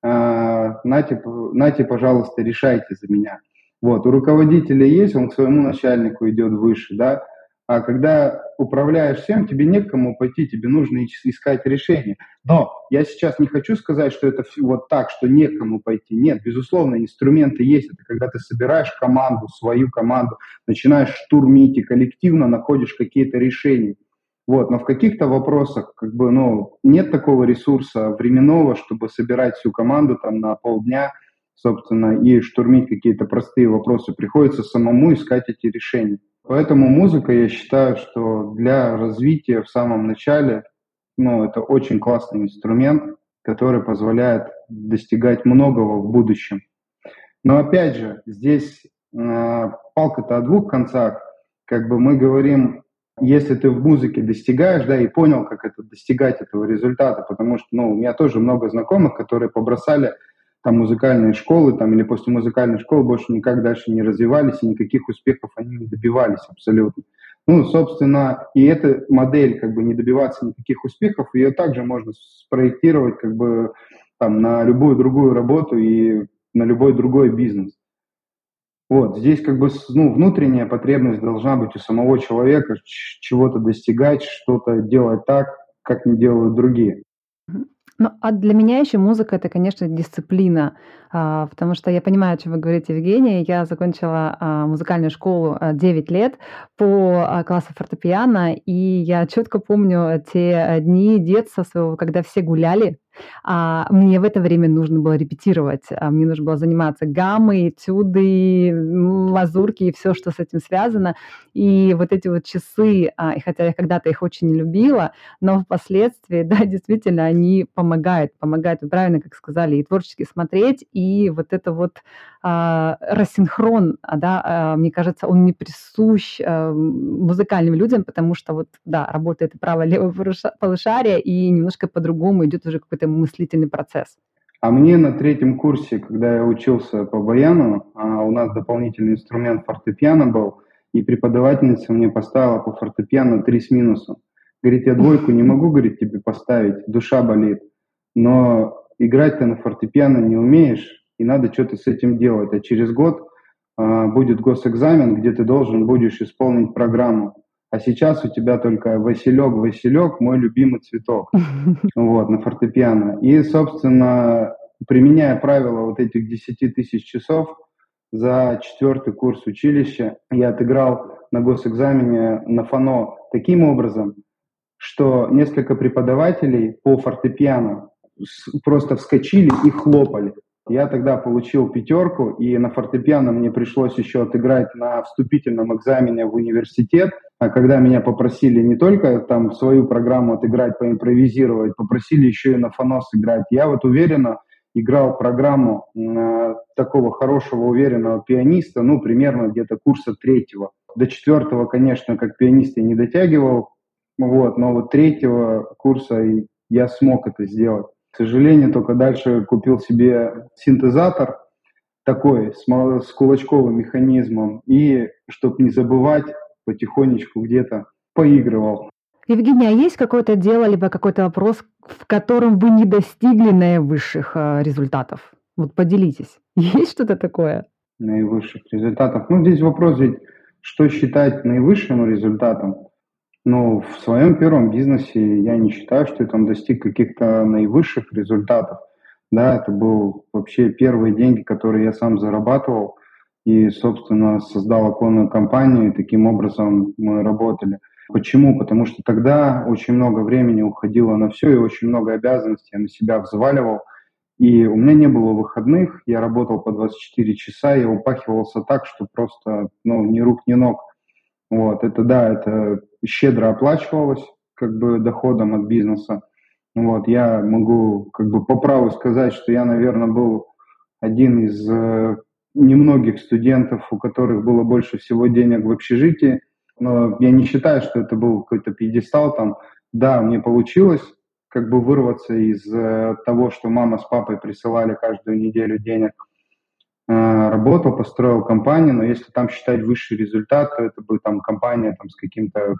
а, нате, нате, пожалуйста, решайте за меня. Вот, у руководителя есть, он к своему начальнику идет выше, да, а когда управляешь всем, тебе не к кому пойти, тебе нужно искать решение. Но я сейчас не хочу сказать, что это вот так, что не к кому пойти. Нет, безусловно, инструменты есть. Это когда ты собираешь команду, свою команду, начинаешь штурмить и коллективно находишь какие-то решения. Вот, но в каких-то вопросах как бы, ну, нет такого ресурса временного, чтобы собирать всю команду там на полдня, собственно, и штурмить какие-то простые вопросы. Приходится самому искать эти решения. Поэтому музыка, я считаю, что для развития в самом начале, ну, это очень классный инструмент, который позволяет достигать многого в будущем. Но опять же, здесь э, палка-то о двух концах. Как бы мы говорим, если ты в музыке достигаешь, да, и понял, как это достигать этого результата, потому что, ну, у меня тоже много знакомых, которые побросали там музыкальные школы, там, или после музыкальной школы больше никак дальше не развивались, и никаких успехов они не добивались абсолютно. Ну, собственно, и эта модель, как бы, не добиваться никаких успехов, ее также можно спроектировать, как бы, там, на любую другую работу и на любой другой бизнес. Вот, здесь, как бы, ну, внутренняя потребность должна быть у самого человека чего-то достигать, что-то делать так, как не делают другие. Мгм. Ну, а для меня еще музыка — это, конечно, дисциплина, а, потому что я понимаю, о чём вы говорите, Евгений. Я закончила, а, музыкальную школу, а, девять лет по, а, классу фортепиано, и я четко помню те, э, дни детства своего, когда все гуляли. А мне в это время нужно было репетировать, а, мне нужно было заниматься гаммой, этюды, м, мазурки и всё, что с этим связано. И вот эти вот часы, а, и хотя я когда-то их очень не любила, но впоследствии, да, действительно, они помогают. Помогают, вы правильно как сказали, и творчески смотреть, и вот это вот, а, рассинхрон, а, да, а, мне кажется, он не присущ, а, музыкальным людям, потому что вот, да, работает и право, лево полуша полушарие, и немножко по-другому идет уже какой-то мыслительный процесс. А мне на третьем курсе, когда я учился по баяну, а, у нас дополнительный инструмент фортепиано был, и преподавательница мне поставила по фортепиано три с минусом. Говорит: "Я двойку не могу, говорит, тебе поставить, душа болит, но играть ты на фортепиано не умеешь, и надо чё-то с этим делать. А через год, а, будет госэкзамен, где ты должен будешь исполнить программу. А сейчас у тебя только Василек, Василек, мой любимый цветок". Вот, на фортепиано. И, собственно, применяя правила вот этих десяти тысяч часов, за четвёртый курс училища я отыграл на госэкзамене на фано таким образом, что несколько преподавателей по фортепиано с просто вскочили и хлопали. Я тогда получил пятерку, и на фортепиано мне пришлось еще отыграть на вступительном экзамене в университет. А когда меня попросили не только там свою программу отыграть, поимпровизировать, попросили еще и на фано сыграть. Я вот уверенно играл программу э, такого хорошего, уверенного пианиста, ну, примерно где-то курса третьего. До четвертого, конечно, как пианист я не дотягивал, вот, но вот третьего курса я смог это сделать. К сожалению, только дальше купил себе синтезатор такой с, с кулачковым механизмом, и, чтобы не забывать, потихонечку где-то поигрывал. Евгений, а есть какое-то дело, либо какой-то вопрос, в котором вы не достигли наивысших а, результатов? Вот поделитесь. Есть что-то такое? Наивысших результатов? Ну, здесь вопрос ведь, что считать наивысшим результатом? Ну, в своем первом бизнесе я не считаю, что я там достиг каких-то наивысших результатов. Да, это был вообще первые деньги, которые я сам зарабатывал, и, собственно, создал оконную компанию, и таким образом мы работали. Почему? Потому что тогда очень много времени уходило на все, и очень много обязанностей я на себя взваливал. И у меня не было выходных, я работал по двадцать четыре часа, я упахивался так, что просто, ну, ни рук, ни ног. Вот, это да, это щедро оплачивалось, как бы, доходом от бизнеса. Вот, я могу, как бы, по праву сказать, что я, наверное, был один из э, немногих студентов, у которых было больше всего денег в общежитии. Но я не считаю, что это был какой-то пьедестал там. Да, мне получилось, как бы, вырваться из э, того, что мама с папой присылали каждую неделю денег. Э, работал, построил компанию, но если там считать высший результат, то это бы там компания там с каким-то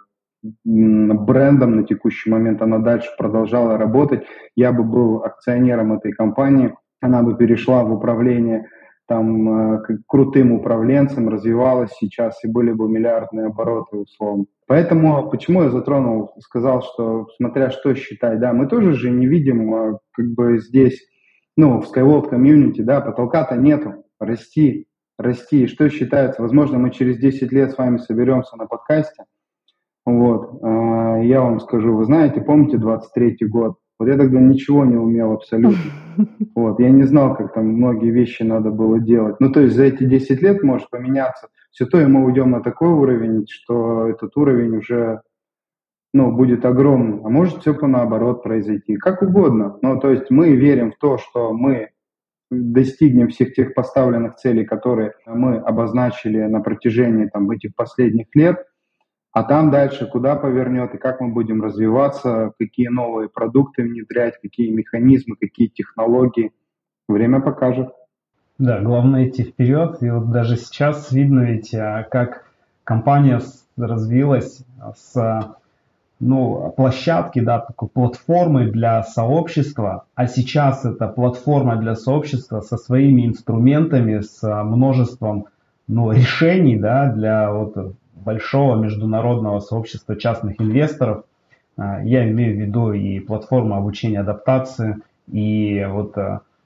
брендом на текущий момент, она дальше продолжала работать. Я бы был акционером этой компании, она бы перешла в управление там э, крутым управленцем, развивалась сейчас, и были бы миллиардные обороты, условно. Поэтому, почему я затронул, сказал, что смотря что считать, да, мы тоже же не видим, э, как бы здесь, ну, в Skyworld комьюнити, да, потолка-то нету, расти, расти. И что считается? Возможно, мы через десять лет с вами соберемся на подкасте. Вот, э, я вам скажу, вы знаете, помните двадцать третий год? Вот я тогда ничего не умел абсолютно. Вот, я не знал, как там многие вещи надо было делать. Ну, то есть за эти десять лет может поменяться все то, и мы уйдем на такой уровень, что этот уровень уже, ну, будет огромным. А может все по наоборот произойти. Как угодно. Ну, то есть мы верим в то, что мы достигнем всех тех поставленных целей, которые мы обозначили на протяжении там этих последних лет. А там дальше куда повернет и как мы будем развиваться, какие новые продукты внедрять, какие механизмы, какие технологии. Время покажет. Да, главное идти вперед. И вот даже сейчас видно ведь, как компания развилась с, ну, площадки, да, такой платформы для сообщества, а сейчас это платформа для сообщества со своими инструментами, с множеством, ну, решений, да, для вот большого международного сообщества частных инвесторов. Я имею в виду и платформу обучения адаптации, и вот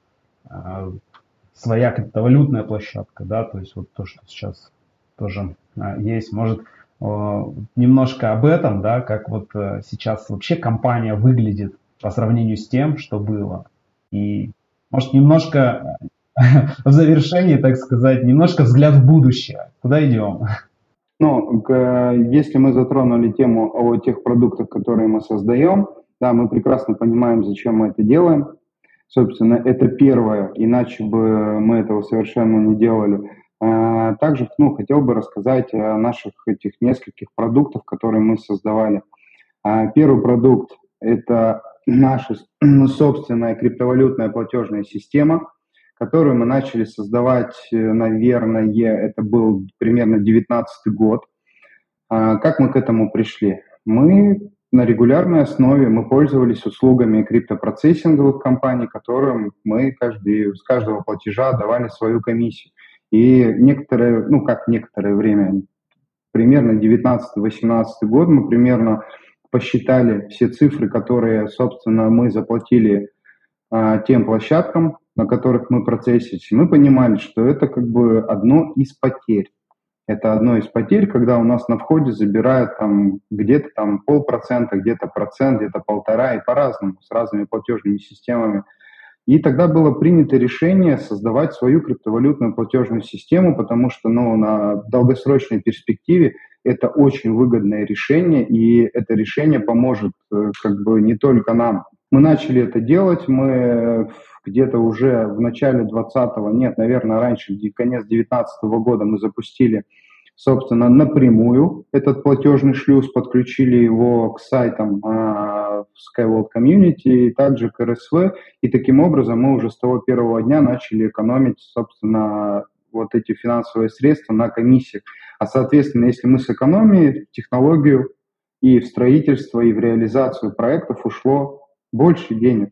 своя криптовалютная площадка, да, то есть вот то, что сейчас тоже есть. Может, немножко об этом, да, как вот сейчас вообще компания выглядит по сравнению с тем, что было. И, может, немножко в завершении, так сказать, немножко взгляд в будущее. Куда идем? Ну, к- если мы затронули тему о тех продуктах, которые мы создаем, да, мы прекрасно понимаем, зачем мы это делаем. Собственно, это первое, иначе бы мы этого совершенно не делали. А, Также, ну, хотел бы рассказать о наших этих нескольких продуктах, которые мы создавали. А, Первый продукт – это наша ну, собственная криптовалютная платежная система, которую мы начали создавать, э, наверное, это был примерно девятнадцатый год. А, Как мы к этому пришли? Мы на регулярной основе мы пользовались услугами криптопроцессинговых компаний, которым мы каждый, с каждого платежа давали свою комиссию. И некоторое, ну как некоторое время, примерно девятнадцатый-восемнадцатый год мы примерно посчитали все цифры, которые, собственно, мы заплатили а, тем площадкам, на которых мы процессились. И мы понимали, что это как бы одно из потерь. Это одно из потерь, когда у нас на входе забирают там где-то там полпроцента, где-то процент, где-то полтора, и по-разному, с разными платежными системами. И тогда было принято решение создавать свою криптовалютную платежную систему, потому что ну, на долгосрочной перспективе это очень выгодное решение, и это решение поможет э, как бы не только нам. Мы начали это делать, мы где-то уже в начале двадцатого, нет, наверное, раньше, конец девятнадцатого года мы запустили, собственно, напрямую этот платежный шлюз, подключили его к сайтам а, SkyWorld Community и также к эр эс ви, и таким образом мы уже с того первого дня начали экономить, собственно, вот эти финансовые средства на комиссиях. А, соответственно, если мы сэкономили в технологию и в строительство, и в реализацию проектов ушло больше денег.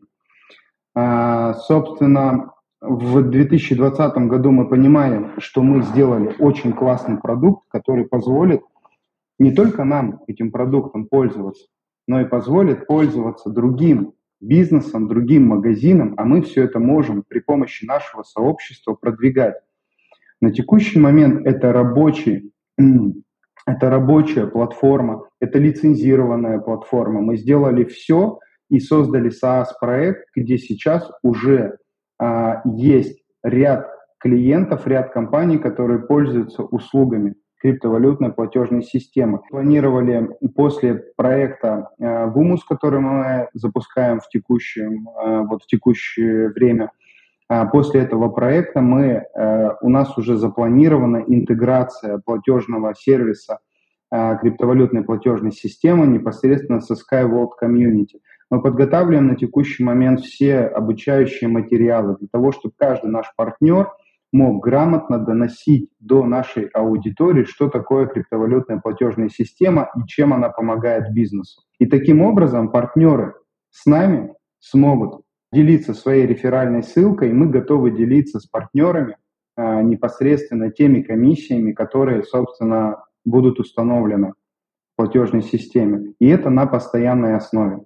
А, собственно, в две тысячи двадцатом году мы понимаем, что мы сделали очень классный продукт, который позволит не только нам этим продуктом пользоваться, но и позволит пользоваться другим бизнесом, другим магазинам, а мы все это можем при помощи нашего сообщества продвигать. На текущий момент это рабочий, это рабочая платформа, это лицензированная платформа. Мы сделали все и создали SaaS-проект, где сейчас уже а, есть ряд клиентов, ряд компаний, которые пользуются услугами криптовалютной платежной системы. Планировали после проекта э, Гумус, который мы запускаем в текущем, э, вот в текущее время, э, после этого проекта мы, э, у нас уже запланирована интеграция платежного сервиса э, криптовалютной платежной системы непосредственно со SkyWorld Community. Мы подготавливаем на текущий момент все обучающие материалы для того, чтобы каждый наш партнер мог грамотно доносить до нашей аудитории, что такое криптовалютная платежная система и чем она помогает бизнесу. И таким образом партнеры с нами смогут делиться своей реферальной ссылкой, и мы готовы делиться с партнерами а, непосредственно теми комиссиями, которые, собственно, будут установлены в платежной системе. И это на постоянной основе.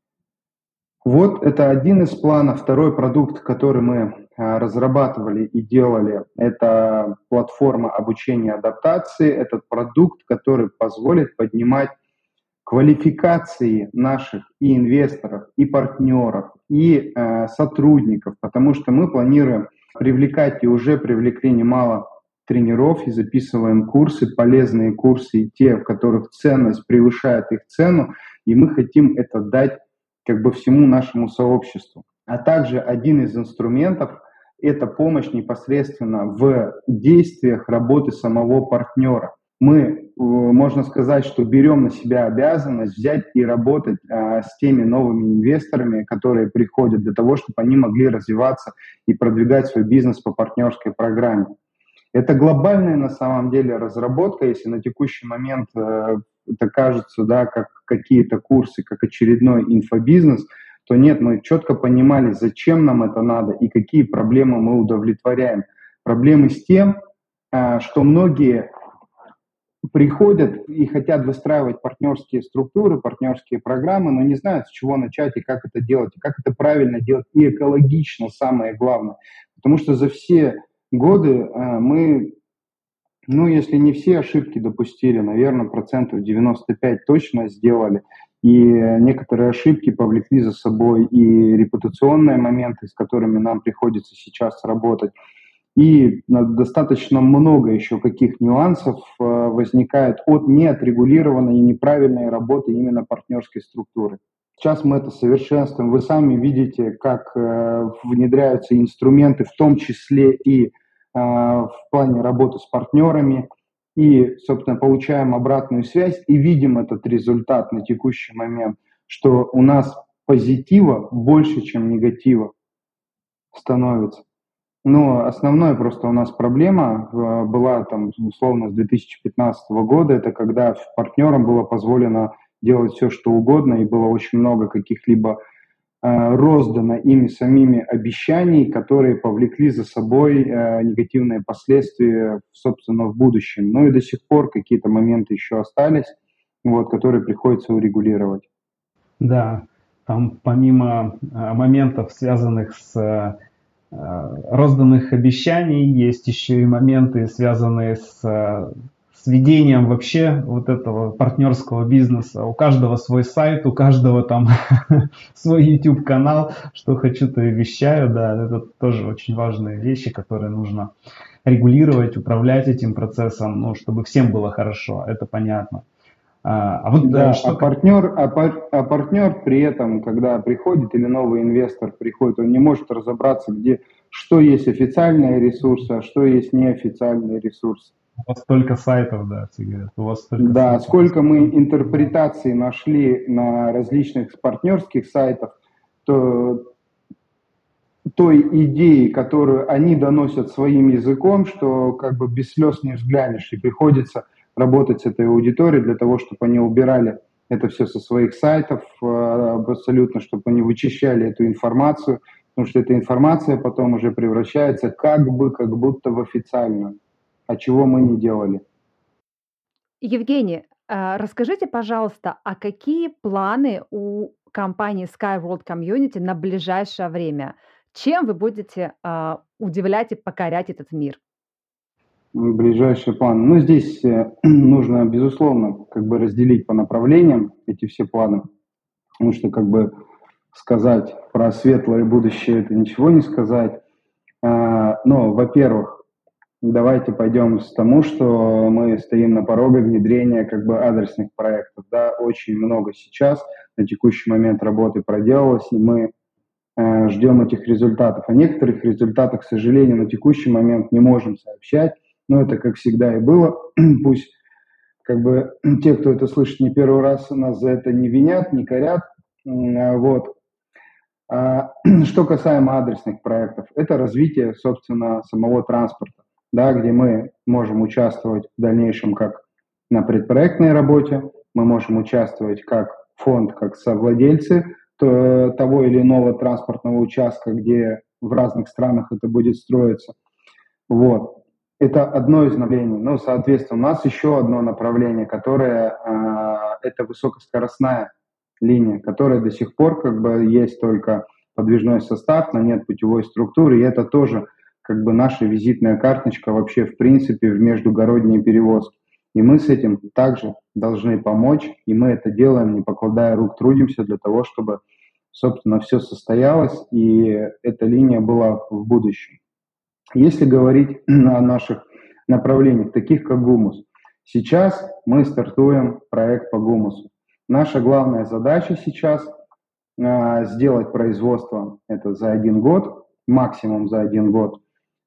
Вот это один из планов. Второй продукт, который мы разрабатывали и делали, это платформа обучения адаптации. Этот продукт, который позволит поднимать квалификации наших и инвесторов, и партнеров, и э, сотрудников, потому что мы планируем привлекать и уже привлекли немало тренеров и записываем курсы, полезные курсы, и те, в которых ценность превышает их цену, и мы хотим это дать как бы всему нашему сообществу. А также один из инструментов – это помощь непосредственно в действиях работы самого партнера. Мы, можно сказать, что берем на себя обязанность взять и работать а, с теми новыми инвесторами, которые приходят для того, чтобы они могли развиваться и продвигать свой бизнес по партнерской программе. Это глобальная на самом деле разработка, если на текущий момент э, это кажется, да, как какие-то курсы, как очередной инфобизнес, то нет, мы четко понимали, зачем нам это надо и какие проблемы мы удовлетворяем. Проблемы с тем, э, что многие приходят и хотят выстраивать партнерские структуры, партнерские программы, но не знают, с чего начать и как это делать, и как это правильно делать, и экологично, самое главное. Потому что за все годы э, мы, ну, если не все ошибки допустили, наверное, процентов девяносто пять точно сделали. И некоторые ошибки повлекли за собой и репутационные моменты, с которыми нам приходится сейчас работать. И достаточно много еще каких нюансов возникает от неотрегулированной и неправильной работы именно партнерской структуры. Сейчас мы это совершенствуем. Вы сами видите, как внедряются инструменты, в том числе и в плане работы с партнерами. И, собственно, получаем обратную связь и видим этот результат на текущий момент, что у нас позитива больше, чем негатива становится. Но основная просто у нас проблема была там условно с две тысячи пятнадцатого года, это когда партнерам было позволено делать все, что угодно, и было очень много каких-либо э, роздано ими самими обещаний, которые повлекли за собой э, негативные последствия, собственно, в будущем. Ну и до сих пор какие-то моменты еще остались, вот, которые приходится урегулировать. Да, там помимо э, моментов, связанных с э, розданных обещаний, есть еще и моменты, связанные с, с ведением вообще вот этого партнерского бизнеса. У каждого свой сайт, у каждого там свой YouTube канал, что хочу, то и вещаю, да, это тоже очень важные вещи, которые нужно регулировать, управлять этим процессом, ну, чтобы всем было хорошо, это понятно. А, а вот да, что... а, партнер, а, пар, а партнер при этом, когда приходит или новый инвестор приходит, он не может разобраться, где, что есть официальные ресурсы, а что есть неофициальные ресурсы. У вас столько сайтов, да, все говорят. У вас столько да, сайтов. Сколько мы интерпретаций нашли на различных партнерских сайтах, то той идеи, которую они доносят своим языком, что как бы без слез не взглянешь, и приходится работать с этой аудиторией для того, чтобы они убирали это все со своих сайтов, абсолютно, чтобы они вычищали эту информацию, потому что эта информация потом уже превращается как бы, как будто в официальную, а чего мы не делали. Евгений, расскажите, пожалуйста, а какие планы у компании SkyWorld Community на ближайшее время? Чем вы будете удивлять и покорять этот мир? Ближайший план. Ну, здесь нужно, безусловно, как бы разделить по направлениям эти все планы, потому что, как бы, сказать про светлое будущее – это ничего не сказать. Но, во-первых, давайте пойдем с тому, что мы стоим на пороге внедрения, как бы, адресных проектов. Да, очень много сейчас на текущий момент работы проделалось, и мы ждем этих результатов. О некоторых результатах, к сожалению, на текущий момент не можем сообщать. Но это, как всегда, и было. Пусть как бы те, кто это слышит не первый раз, нас за это не винят, не корят. Вот. А, что касаемо адресных проектов, это развитие, собственно, самого транспорта, да, где мы можем участвовать в дальнейшем как на предпроектной работе, мы можем участвовать как фонд, как совладельцы то, того или иного транспортного участка, где в разных странах это будет строиться. Вот. Это одно из направлений. Ну, соответственно, у нас еще одно направление, которое э, это высокоскоростная линия, которая до сих пор как бы есть только подвижной состав, но нет путевой структуры, и это тоже как бы наша визитная карточка вообще в принципе в междугородние перевозки. И мы с этим также должны помочь, и мы это делаем, не покладая рук, трудимся для того, чтобы, собственно, все состоялось, и эта линия была в будущем. Если говорить о наших направлениях, таких как гумус, сейчас мы стартуем проект по гумусу. Наша главная задача сейчас э, сделать производство это за один год, максимум за один год,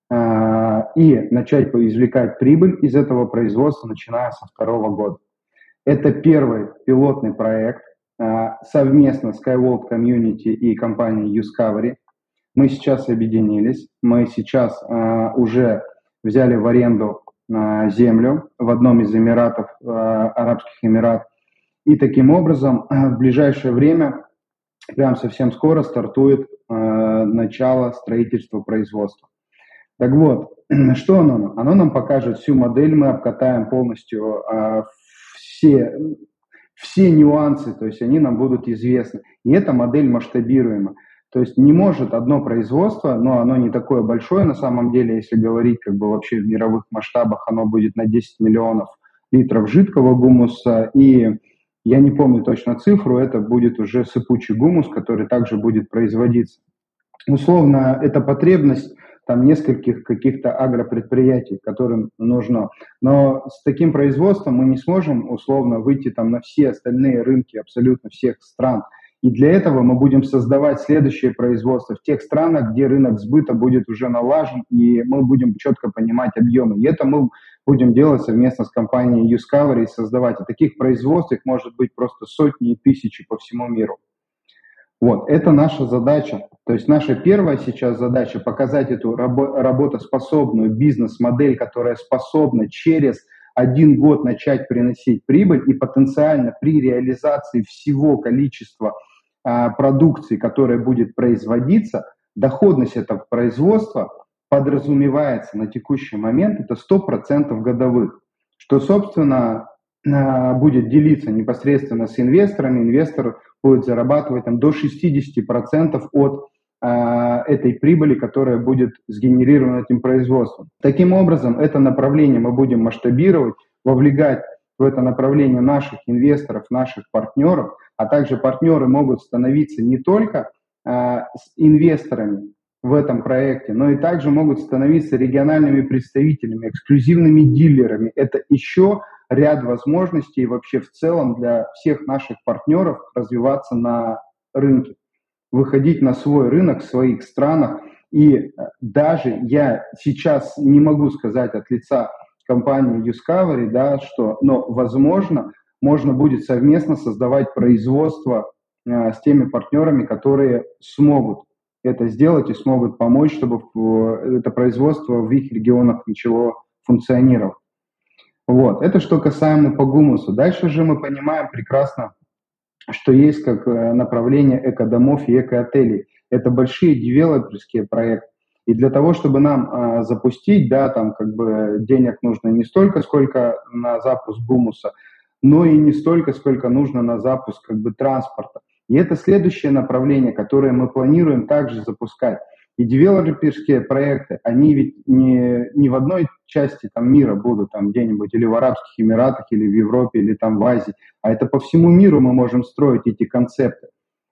э, и начать извлекать прибыль из этого производства, начиная со второго года. Это первый пилотный проект э, совместно с SkyWorld Community и компанией Uscovery. Мы сейчас объединились, мы сейчас э, уже взяли в аренду э, землю в одном из Эмиратов, э, Арабских Эмиратов, и таким образом э, в ближайшее время, прям совсем скоро, стартует э, начало строительства производства. Так вот, что оно? Оно нам покажет всю модель, мы обкатаем полностью э, все, все нюансы, то есть они нам будут известны. И эта модель масштабируема. То есть не может одно производство, но оно не такое большое на самом деле, если говорить как бы вообще в мировых масштабах, оно будет на десять миллионов литров жидкого гумуса и Я не помню точно цифру, это будет уже сыпучий гумус, который также будет производиться. Условно, это потребность там нескольких каких-то агропредприятий, которым нужно. Но с таким производством мы не сможем условно выйти там на все остальные рынки абсолютно всех стран. И для этого мы будем создавать следующее производство в тех странах, где рынок сбыта будет уже налажен, и мы будем четко понимать объемы. И это мы будем делать совместно с компанией Uscover и создавать. И таких производств их может быть просто сотни и тысячи по всему миру. Вот, это наша задача. То есть наша первая сейчас задача показать эту рабо- работоспособную бизнес-модель, которая способна через один год начать приносить прибыль и потенциально при реализации всего количества а, продукции, которая будет производиться, доходность этого производства подразумевается на текущий момент это сто процентов годовых, что, собственно, а, будет делиться непосредственно с инвесторами. Инвестор будет зарабатывать там, до шестьдесят процентов от а, этой прибыли, которая будет сгенерирована этим производством. Таким образом, это направление мы будем масштабировать, вовлекать в это направление наших инвесторов, наших партнеров, а также партнеры могут становиться не только а, с инвесторами в этом проекте, но и также могут становиться региональными представителями, эксклюзивными дилерами. Это еще ряд возможностей вообще в целом для всех наших партнеров развиваться на рынке, выходить на свой рынок в своих странах. И даже я сейчас не могу сказать от лица компании Uscover, да, что, но возможно, можно будет совместно создавать производство э, с теми партнерами, которые смогут это сделать и смогут помочь, чтобы это производство в их регионах начало функционировать. Вот. Это что касаемо по гумусу. Дальше же мы понимаем прекрасно, что есть как направление экодомов и экоотелей. Это большие девелоперские проекты. И для того, чтобы нам а, запустить, да, там как бы денег нужно не столько, сколько на запуск гумуса, но и не столько, сколько нужно на запуск как бы транспорта. И это следующее направление, которое мы планируем также запускать. И девелоперские проекты, они ведь не, не в одной части там, мира будут, там где-нибудь или в Арабских Эмиратах, или в Европе, или там в Азии, а это по всему миру мы можем строить эти концепты.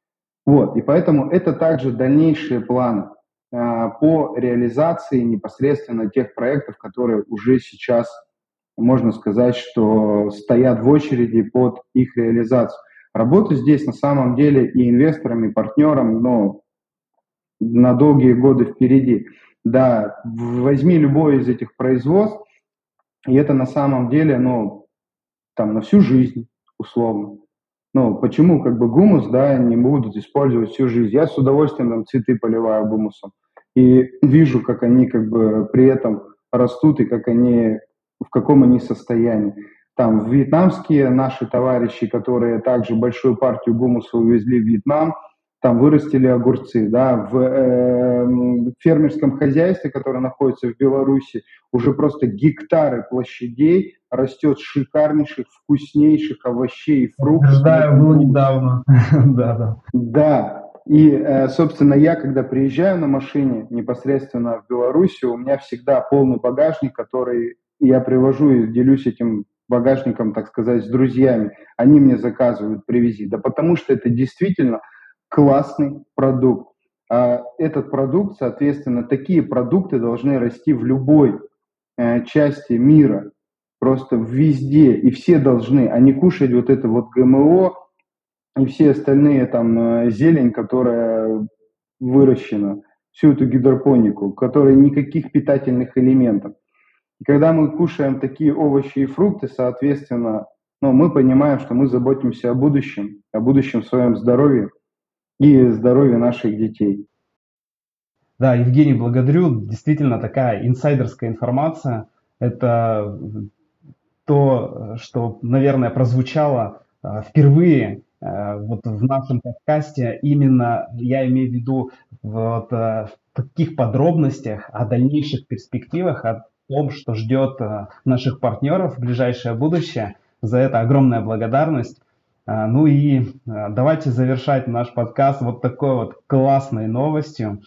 Вот, и поэтому это также дальнейшие планы а, по реализации непосредственно тех проектов, которые уже сейчас, можно сказать, что стоят в очереди под их реализацию. Работа здесь на самом деле и инвесторам, и партнерам, но на долгие годы впереди. Да, возьми любое из этих производств, и это на самом деле, ну, там, на всю жизнь, условно. Ну, почему, как бы, гумус, да, не будут использовать всю жизнь? Я с удовольствием там цветы поливаю гумусом. И вижу, как они, как бы, при этом растут, и как они, в каком они состоянии. Там, вьетнамские наши товарищи, которые также большую партию гумуса увезли в Вьетнам, там вырастили огурцы, да, в э, фермерском хозяйстве, которое находится в Беларуси, уже просто гектары площадей растет шикарнейших, вкуснейших овощей и фруктов. Да, было недавно. Да, да. Да, и, э, собственно, я, когда приезжаю на машине непосредственно в Белоруссию, у меня всегда полный багажник, который я привожу и делюсь этим багажником, так сказать, с друзьями. Они мне заказывают, привези. Да потому что это действительно классный продукт. А этот продукт, соответственно, такие продукты должны расти в любой э, части мира, просто везде, и все должны, а не кушать вот это вот ГМО и все остальные там э, зелень, которая выращена, всю эту гидропонику, у которой никаких питательных элементов. И когда мы кушаем такие овощи и фрукты, соответственно, ну, мы понимаем, что мы заботимся о будущем, о будущем своем здоровье и здоровье наших детей. Да, Евгений, благодарю. Действительно, такая инсайдерская информация. Это то, что, наверное, прозвучало э, впервые э, вот в нашем подкасте. Именно я имею в виду вот, э, в таких подробностях о дальнейших перспективах, о том, что ждет э, наших партнеров в ближайшее будущее. За это огромная благодарность. Ну и давайте завершать наш подкаст вот такой вот классной новостью.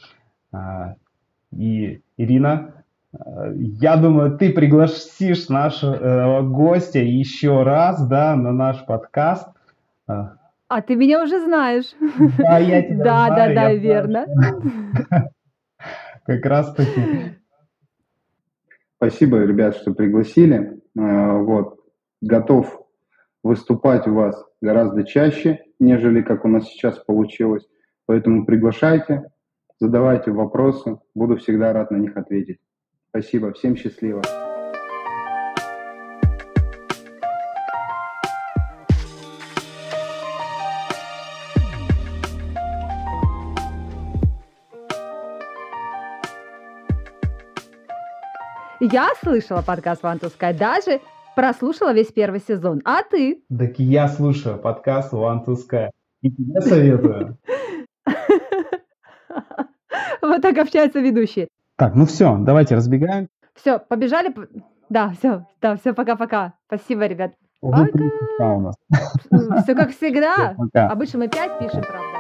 И, Ирина, я думаю, ты пригласишь нашего гостя еще раз, да, на наш подкаст. А, А ты меня уже знаешь. Да, я тебя Да, да, знаю, да, я знаю, верно. что как раз таки. Спасибо, ребят, что пригласили. Э, Вот. Готов выступать у вас гораздо чаще, нежели как у нас сейчас получилось. Поэтому приглашайте, задавайте вопросы. Буду всегда рад на них ответить. Спасибо. Всем счастливо. Я слышала подкаст One to Sky, даже прослушала весь первый сезон. А ты? Так и я слушаю подкаст One to Sky. И тебе советую. Вот так общаются ведущие. Так, ну все, давайте разбегаем. Все, побежали. п- Да, все, да, все, пока-пока. Спасибо, ребят. Уже Пока. три часа у нас. Все как всегда. Пока. Обычно мы пять пишем, правда.